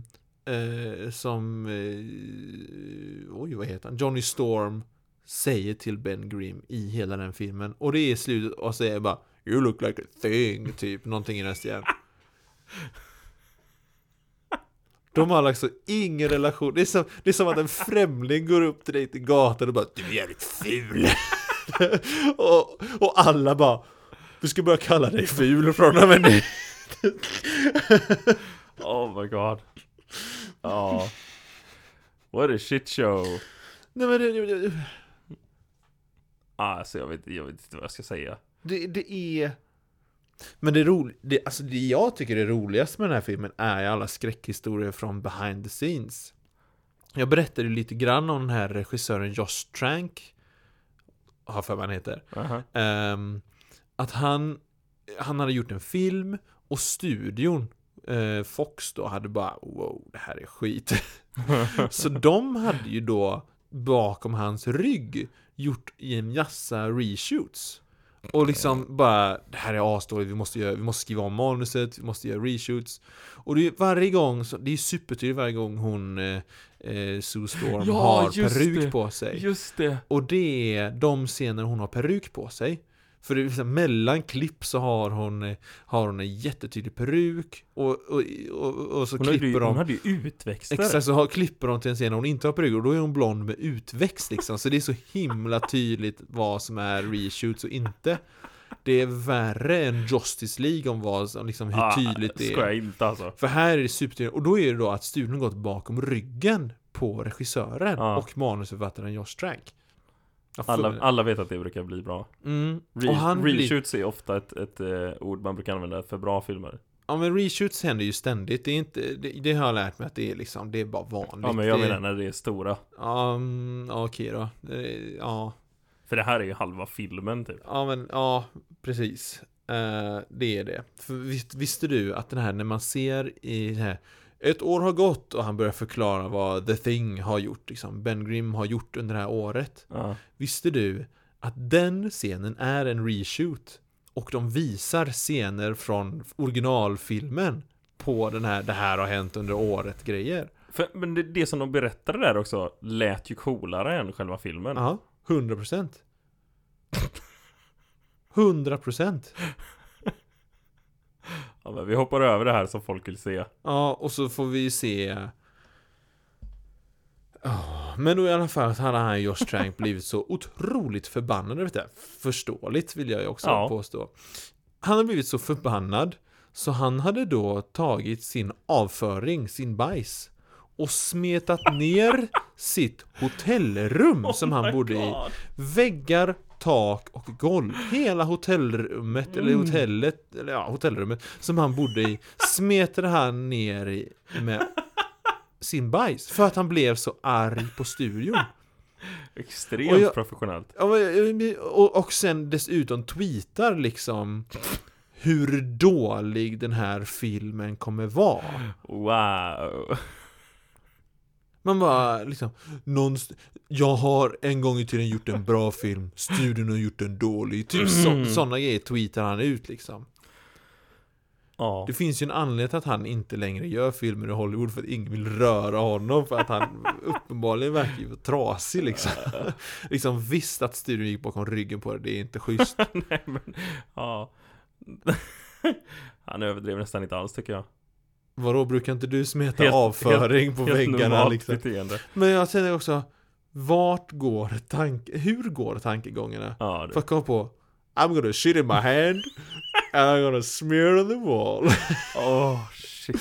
vad heter han? Johnny Storm säger till Ben Grimm i hela den filmen. Och det är slutet och säger bara you look like a thing, typ någonting i den stilen. De har alltså ingen relation. Det är som att en främling går upp till dig till gatan och bara du är jävligt ful. och alla bara vi ska börja kalla dig ful från och med nu. Oh my god. What a shit show. Nej men alltså jag vet inte vad jag ska säga. Det är men det jag tycker det roligaste med den här filmen är alla skräckhistorier från behind the scenes. Jag berättade lite grann om den här regissören Josh Trank, har för vad han heter. Att han hade gjort en film och studion Fox då hade bara wow, det här är skit. Så de hade ju då bakom hans rygg gjort i en massa reshoots. Och liksom bara, det här är asdåligt, vi måste skriva om manuset, vi måste göra reshoots. Och det är varje gång, det är supertydligt varje gång hon Sue Storm har peruk på sig. Just det. Och det är de scener hon har peruk på sig. För det är liksom, mellan klipp så har hon en jättetydlig peruk och så klipper de. Hon hade ju utväxter. Exakt, så klipper de till en scen när hon inte har peruk och då är hon blond med utväxt liksom. Så det är så himla tydligt vad som är reshoots och inte. Det är värre än Justice League om liksom hur tydligt det är. Ska jag inte alltså. För här är det supertydligt. Och då är det då att studion gått bakom ryggen på regissören och manusförfattaren Josh Trank. Alla vet att det brukar bli bra. Reshoots är ofta ett ord man brukar använda för bra filmer. Ja, men reshoots händer ju ständigt. Det är inte, det har jag lärt mig att det är liksom, det är bara vanligt. Ja, men jag menar när det är stora. Okej då. Ja. För det här är ju halva filmen typ. Ja, precis. Det är det. För visste du att den här, när man ser i det här, ett år har gått och han börjar förklara vad The Thing har gjort, liksom, Ben Grimm har gjort under det här året. Visste du att den scenen är en reshoot och de visar scener från originalfilmen på den här, det här har hänt under året grejer. Men det som de berättade där också lät ju coolare än själva filmen. Ja, 100%. 100%. Ja, men vi hoppar över det här som folk vill se. Ja, och så får vi se. Men då i alla fall att han har Josh Trank blivit så otroligt förbannad över det. Förståeligt vill jag ju också påstå. Han har blivit så förbannad så han hade då tagit sin avföring, sin bajs, och smetat ner sitt hotellrum som han bodde i. Väggar, tak och golv. Hela hotellrummet eller hotellrummet som han bodde i smetade han ner i med sin bajs för att han blev så arg på studion. Extremt professionellt. Och sen dessutom tweetar liksom hur dålig den här filmen kommer vara. Wow. Man bara liksom, jag har en gång i tiden gjort en bra film, studion har gjort en dålig. Typ sådana grejer tweetar han ut liksom. Det finns ju en anledning till att han inte längre gör filmer i Hollywood, för att ingen vill röra honom, för att han uppenbarligen verkar ju trasig liksom. Liksom visst att studion gick bakom ryggen på det är inte schysst. Nej, men han överdrev nästan inte alls tycker jag. Vadå, brukar inte du smeta avföring på väggarna liksom? Beteende. Men jag säger också, hur går tankegångarna? För att komma på, I'm gonna shit in my hand and I'm gonna smear on the wall. Shit.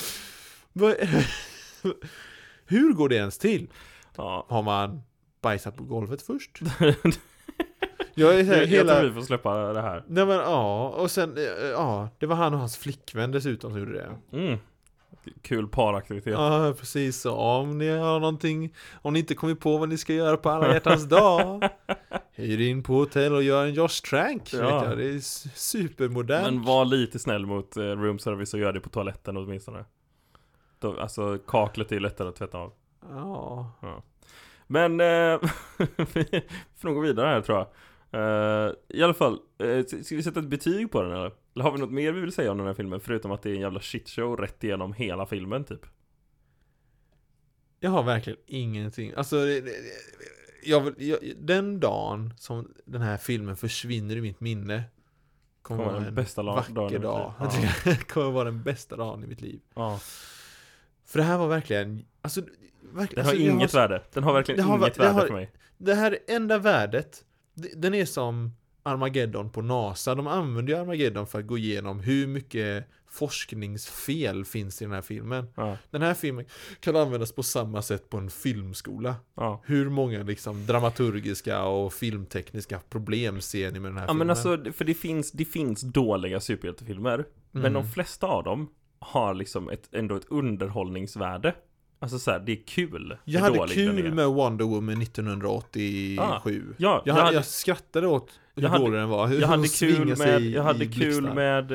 Hur går det ens till? Har man bajsat på golvet först? Jag tror vi får släppa det här. Nej men och sen det var han och hans flickvän dessutom som gjorde det. Kul paraktivitet. Ja, precis. Så om ni har någonting, om ni inte kommer på vad ni ska göra på alla hjärtans dag, hyr in på hotell och gör en Josh Trank. Det är supermodernt. Men var lite snäll mot room service och gör det på toaletten åtminstone. Alltså kaklet är lättare att tvätta av. Ja. Men vi får nog gå vidare här tror jag. I alla fall, ska vi sätta ett betyg på den eller? Eller har vi något mer vi vill säga om den här filmen, förutom att det är en jävla shitshow rätt igenom hela filmen typ? Jag har verkligen ingenting. Alltså den dagen som den här filmen försvinner i mitt minne kommer vara en bästa vacker dag. Det kommer vara den bästa dagen i mitt liv. För det här var verkligen, alltså den har inget värde. Den har verkligen inget värde för mig. Det här enda värdet, den är som Armageddon på NASA. De använder ju Armageddon för att gå igenom hur mycket forskningsfel finns i den här filmen. Den här filmen kan användas på samma sätt på en filmskola. Hur många liksom dramaturgiska och filmtekniska problem ser ni med den här filmen? Men alltså, för det finns dåliga superhjältefilmer, men de flesta av dem har liksom ändå ett underhållningsvärde. Alltså så här, det är kul. Jag hade kul med Wonder Woman 1987. Jag skrattade åt hur dålig den var. Jag hade kul med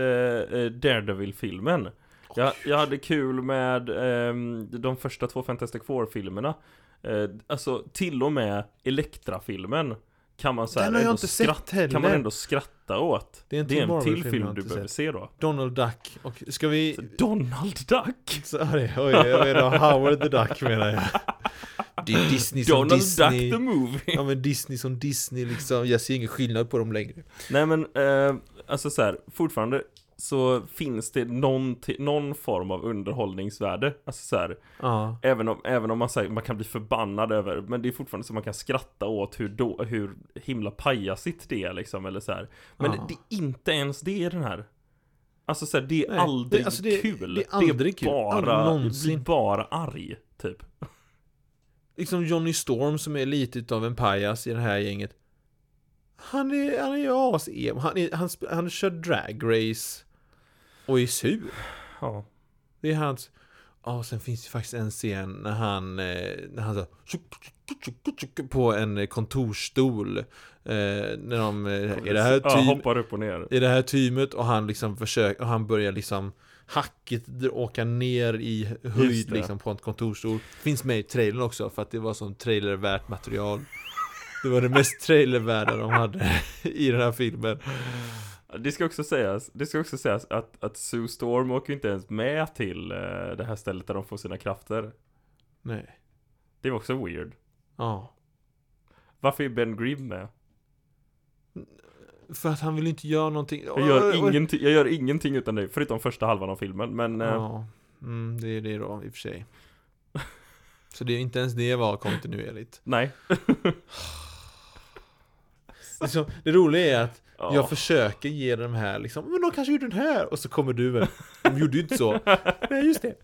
Daredevil-filmen. Jag hade kul med de första 2 Fantastic Four-filmerna. Alltså till och med Elektra-filmen kan man så här Den har jag ändå inte sett heller. kan man ändå skratta åt. Det är en till film du behöver se då. Donald Duck. Och ska vi... Så Donald Duck? Sorry, jag menar Howard the Duck menar jag. Det är Disney som Donald Disney. Duck the movie. Ja men Disney som Disney liksom. Jag ser ingen skillnad på dem längre. Nej men, alltså så här, fortfarande så finns det någon form av underhållningsvärde. Alltså så här, även om man kan bli förbannad över, men det är fortfarande så man kan skratta åt hur himla pajasigt det är liksom, eller så här. Men det är inte ens det i den här. Alltså så här, det är aldrig kul. Det är aldrig kul. Det blir bara arg typ. Liksom Johnny Storm som är lite utav en pajas i det här gänget. Han är ju han kör drag race och är sur. Ja. Det är hans. Sen finns det faktiskt en scen när han så på en kontorsstol när de i det här hoppar upp och ner. I det här teamet och han liksom försöker och han börjar liksom hacket åka ner i höjd liksom på en kontorsstol. Finns med i trailern också för att det var som trailervärt material. Det var det mest trailervärda de hade i den här filmen. Det ska också sägas att Sue Storm åker inte ens med till det här stället där de får sina krafter. Nej. Det var också weird. Ja. Varför är Ben Grimm med? För att han vill inte göra någonting. Jag gör ingenting utan dig, förutom första halvan av filmen. Men, det är det då i och för sig. Så det är inte ens det var kontinuerligt. Nej. Liksom, det roliga är att jag försöker ge de här liksom, men de kanske gjorde den här. Och så kommer du med. De gjorde ju inte så. Nej, just det.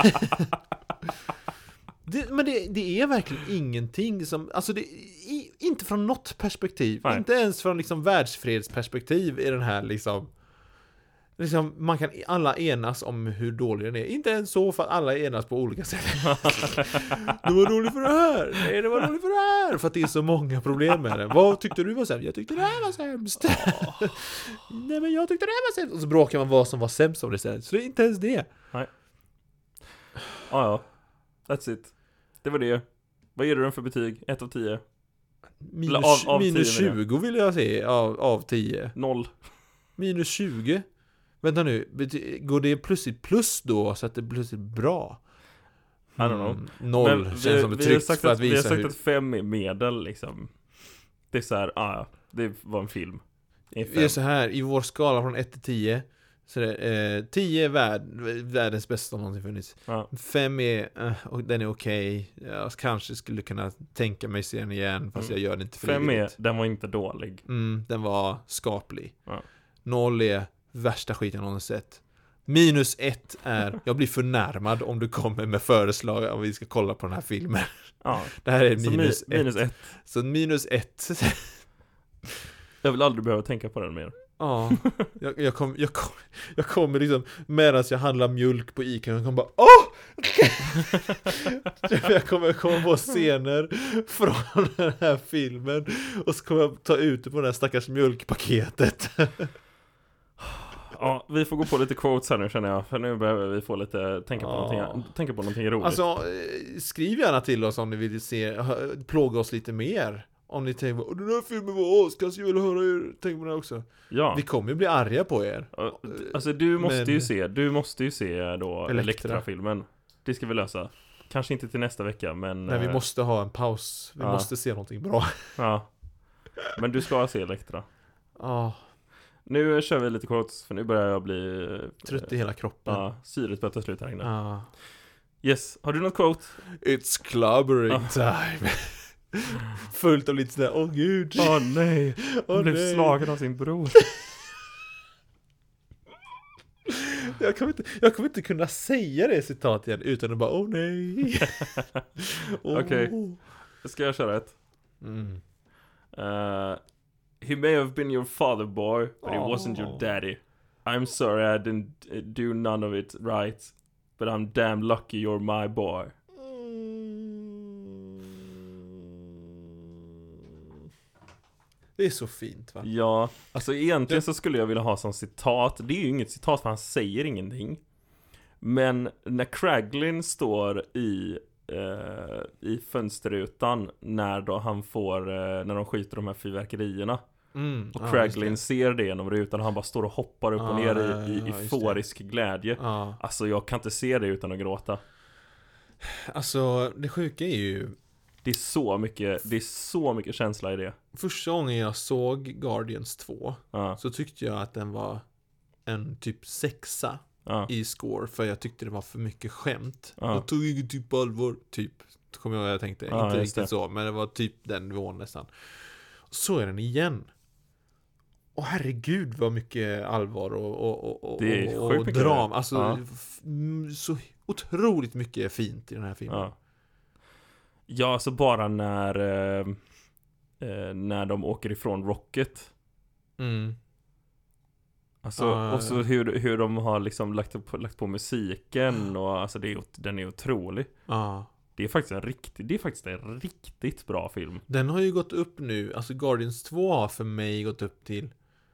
Men det är verkligen ingenting som, alltså inte från något perspektiv. Nej. Inte ens från liksom världsfredsperspektiv i den här liksom man kan alla enas om hur dålig den är. Inte ens så för att alla enas på olika sätt. Det var dåligt för det här. Nej, det var dåligt för det här. För att det är så många problem med det. Vad tyckte du var sämst? Jag tyckte det här var sämst. Nej, men jag tyckte det här var sämst. Och så bråkar man vad som var sämst av det istället. Så det är inte ens det. Nej. Ja. That's it. Det var det. Vad ger du den för betyg? 1 av 10? Minus 20 vill jag se av 10. 0. Minus 20. Vänta nu, går det plötsligt plus då så att det plötsligt bra? I don't know. 0 känns som ett tryck för att visa. Vi har sagt att 5 är medel liksom. Det är så här, det var en film. Det är så här, i vår skala från 1 till 10 så det är 10 är världens bästa om någonsin funnits. 5 är, och den är okej. Jag kanske skulle kunna tänka mig se den igen, fast jag gör det inte för 5 är, den var inte dålig. Den var skaplig. 0 är värsta skiten jag någonsin sett. Minus 1 är, jag blir förnärmad om du kommer med föreslag om vi ska kolla på den här filmen. Det här är minus 1. Så minus 1. Jag vill aldrig behöva tänka på den mer. Ja, jag kommer liksom medan jag handlar mjölk på Ica, jag kommer bara jag kommer på scener från den här filmen och så kommer jag ta ut det på det här stackars mjölkpaketet. Ja, vi får gå på lite quotes här nu känner jag. För nu behöver vi få lite tänka på någonting roligt. Alltså, skriv gärna till oss om ni vill plåga oss lite mer. Om ni tänker, den här filmen var Oscars, jag vill höra er tänka på den också. Ja. Vi kommer ju bli arga på er. Alltså du måste ju se då Elektra-filmen. Det ska vi lösa. Kanske inte till nästa vecka, men... Nej, vi måste ha en paus. Vi måste se någonting bra. Ja. Men du ska se Elektra. Ja. Nu kör vi lite quotes, för nu börjar jag bli... trött i hela kroppen. Ja, syret börjar ta slut här inne. Yes, har du något quote? It's clobbering time. Fullt av lite sådär, åh gud. Nej, han blev slagen av sin bror. Jag kommer inte kunna säga det citat igen utan att bara, åh nej. Okej, ska jag köra ett? He may have been your father, boy, but he wasn't your daddy. I'm sorry I didn't do none of it right, but I'm damn lucky you're my boy. Det är så fint, va? Ja, alltså egentligen så skulle jag vilja ha som citat. Det är ju inget citat för han säger ingenting. Men när Kraglin står i i fönsterrutan när då han får när de skjuter de här fyrverkerierna. Och Kraglin ser det genom rutan och han bara står och hoppar upp och ner i euforisk glädje. Alltså jag kan inte se det utan att gråta. Alltså det sjuka är ju det är så mycket känsla i det. Första gången jag såg Guardians 2 så tyckte jag att den var en typ 6 i score, för jag tyckte det var för mycket skämt. Jag tog inget typ på allvar, typ. Kommer jag ihåg, jag tänkte, inte riktigt så, men det var typ den nivån nästan. Så är den igen. Och herregud vad mycket allvar och drama. Alltså så otroligt mycket fint i den här filmen. Ja, alltså bara när de åker ifrån Rocket. Alltså, och så hur de har liksom lagt på musiken och alltså den är otrolig. Det är faktiskt en riktigt bra film. Den har ju gått upp nu, alltså Guardians 2 har för mig gått upp till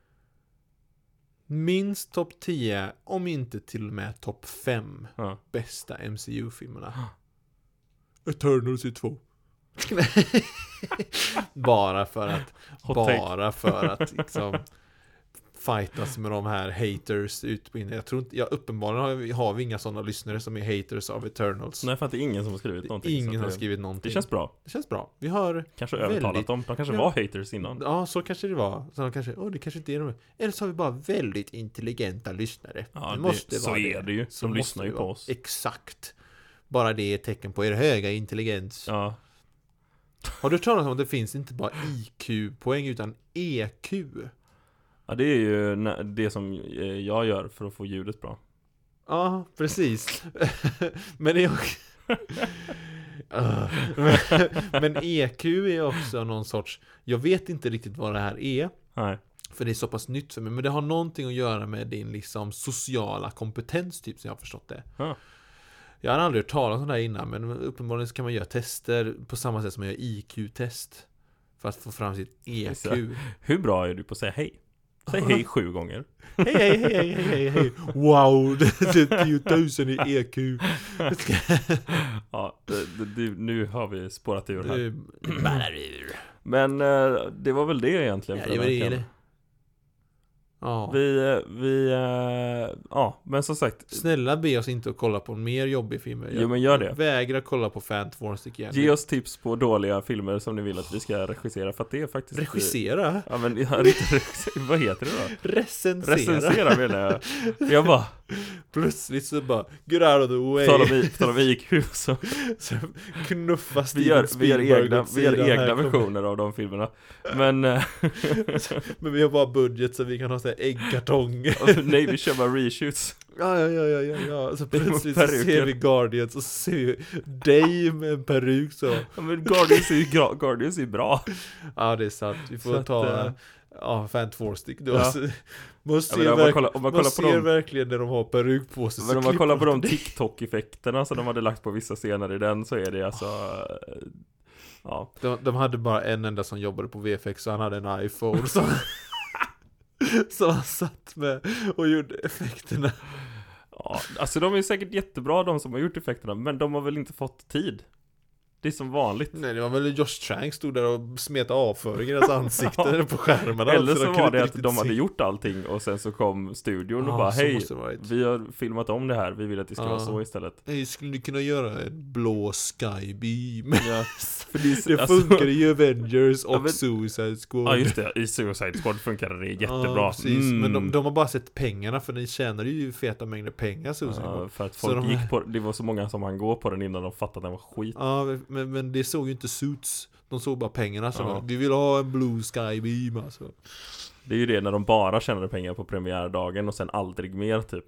minst topp 10, om inte till och med topp 5 bästa MCU-filmerna. Eternals är 2. bara för att liksom fightas med de här haters ut på internet. Jag tror inte, uppenbarligen har vi inga sådana lyssnare som är haters av Eternals. Nej, för att det är ingen som har skrivit någonting. Ingen har skrivit någonting. Det känns bra. Vi har kanske övertalat dem. De kanske var haters innan. Ja, så kanske det var. Så det kanske inte är de. Eller så har vi bara väldigt intelligenta lyssnare. Ja, det måste så vara är det ju. De lyssnar ju på oss. Exakt. Bara det är ett tecken på er höga intelligens. Ja. Har du talat om att det finns inte bara IQ-poäng utan EQ? Ja, det är ju det som jag gör för att få ljudet bra. Ja, precis. Men det är också... Men EQ är också någon sorts... Jag vet inte riktigt vad det här är. Nej. För det är så pass nytt för mig. Men det har någonting att göra med din liksom sociala kompetens typ, som jag har förstått det. Ja. Jag har aldrig hört talas om det här innan, men uppenbarligen så kan man göra tester på samma sätt som man gör IQ-test för att få fram sitt EQ. Hur bra är du på att säga hej? Säg hej 7 gånger. Hej. Wow, det är 10 000 i EQ. Ja, nu har vi spårat ur här. Ballar ur. Men det var väl det egentligen för den här veckan. Ja. Men som sagt, snälla be oss inte att kolla på mer jobbig filmer. Jo, men gör det. Vägra kolla på Fantastic igen. Ge oss tips på dåliga filmer som ni vill att vi ska regissera, för att det är faktiskt... Regissera? Ja, men jag har inte vad heter det då? Recensera menar jag bara... Plötsligt så bara get out of the way. Talar vi IQ så knuffas vi gör egna versioner av de filmerna. Men men vi har bara budget så vi kan ha så här äggkartong. Nej, vi kör bara reshoots. Ja. Så plötsligt så ser vi Guardians och så ser vi dig med en peruk så. Ja, men Guardians är bra. Ja, det är sant. Vi får ta Fantastic då. Ja. Man ser verkligen när de har peruk på sig. Men om man kollar på de TikTok-effekterna som de hade lagt på vissa scener i den, så är det alltså... Ja. De hade bara en enda som jobbade på VFX, och han hade en iPhone som han satt med och gjorde effekterna. Ja, alltså de är säkert jättebra, de som har gjort effekterna, men de har väl inte fått tid. Det är som vanligt. Nej, det var väl Josh Trank stod där och smetade avföring i deras ansikten på skärmarna. Eller så var det att de hade gjort allting och sen så kom studion och bara hej, vi har filmat om det här, vi vill att det ska vara så istället. Hej, skulle ni kunna göra en blå skybeam? Ja, för det funkar i Avengers och Suicide Squad. Ja, just det, i Suicide Squad funkar det jättebra. Ja, precis. Men de har bara sett pengarna, för ni tjänade ju feta mängder pengar, Suicide Squad. För att folk gick på, det var så många som han gå på den innan de fattade att den var skit. Ja, men det såg ju inte Suits. De såg bara pengarna. Så vi vill ha en blue sky beam alltså. Det är ju det, när de bara tjänade pengar på premiärdagen och sen aldrig mer typ.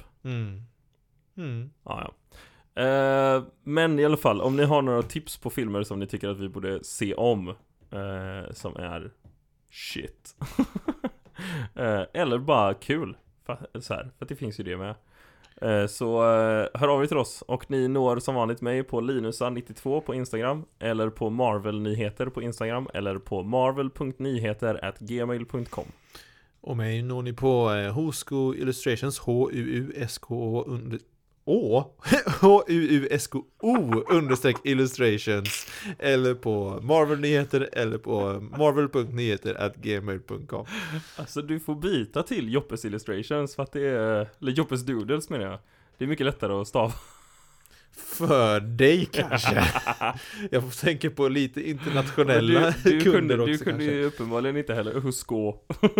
Ja. Men i alla fall, om ni har några tips på filmer som ni tycker att vi borde se om, som är shit eller bara kul för att det finns ju det med. Så hör av er till oss, och ni når som vanligt mig på Linusa92 på Instagram, eller på Marvel-nyheter på Instagram, eller på marvel.nyheter@gmail.com. Och mig når ni på Husko Illustrations, HUUSKO HUUSKO_illustrations eller på Marvel-nyheter eller på marvel.nyheter@gmail.com. Alltså du får byta till Joppes Illustrations för att det är, eller Joppes Doodles menar jag. Det är mycket lättare att stava. För dig kanske. Jag får tänka på lite internationella kunder också. Du kunde ju uppenbarligen inte heller huskå.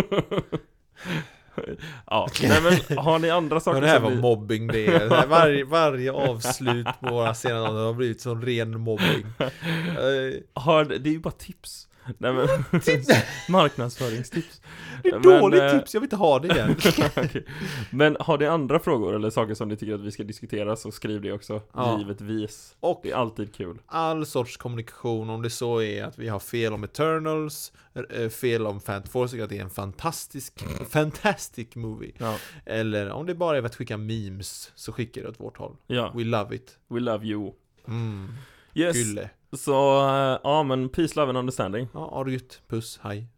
Ja, nej men har ni andra saker? Det här var mobbing det är. Varje avslut på våra senare har blivit sån ren mobbing. Det är ju bara tips. Nej men marknadsföringstips. Det är dåligt tips, jag vill inte ha det igen. Okay. Men har ni andra frågor eller saker som ni tycker att vi ska diskutera, så skriv det också, givetvis. Och det är alltid kul. All sorts kommunikation, om det så är att vi har fel om Eternals, fel om Phantom Force, att det är en fantastic movie. Ja. Eller om det bara är att skicka memes, så skickar det åt vårt håll. Ja. We love it. We love you. Yes. Så, men peace, love and understanding. Ja, argut. Puss, hej.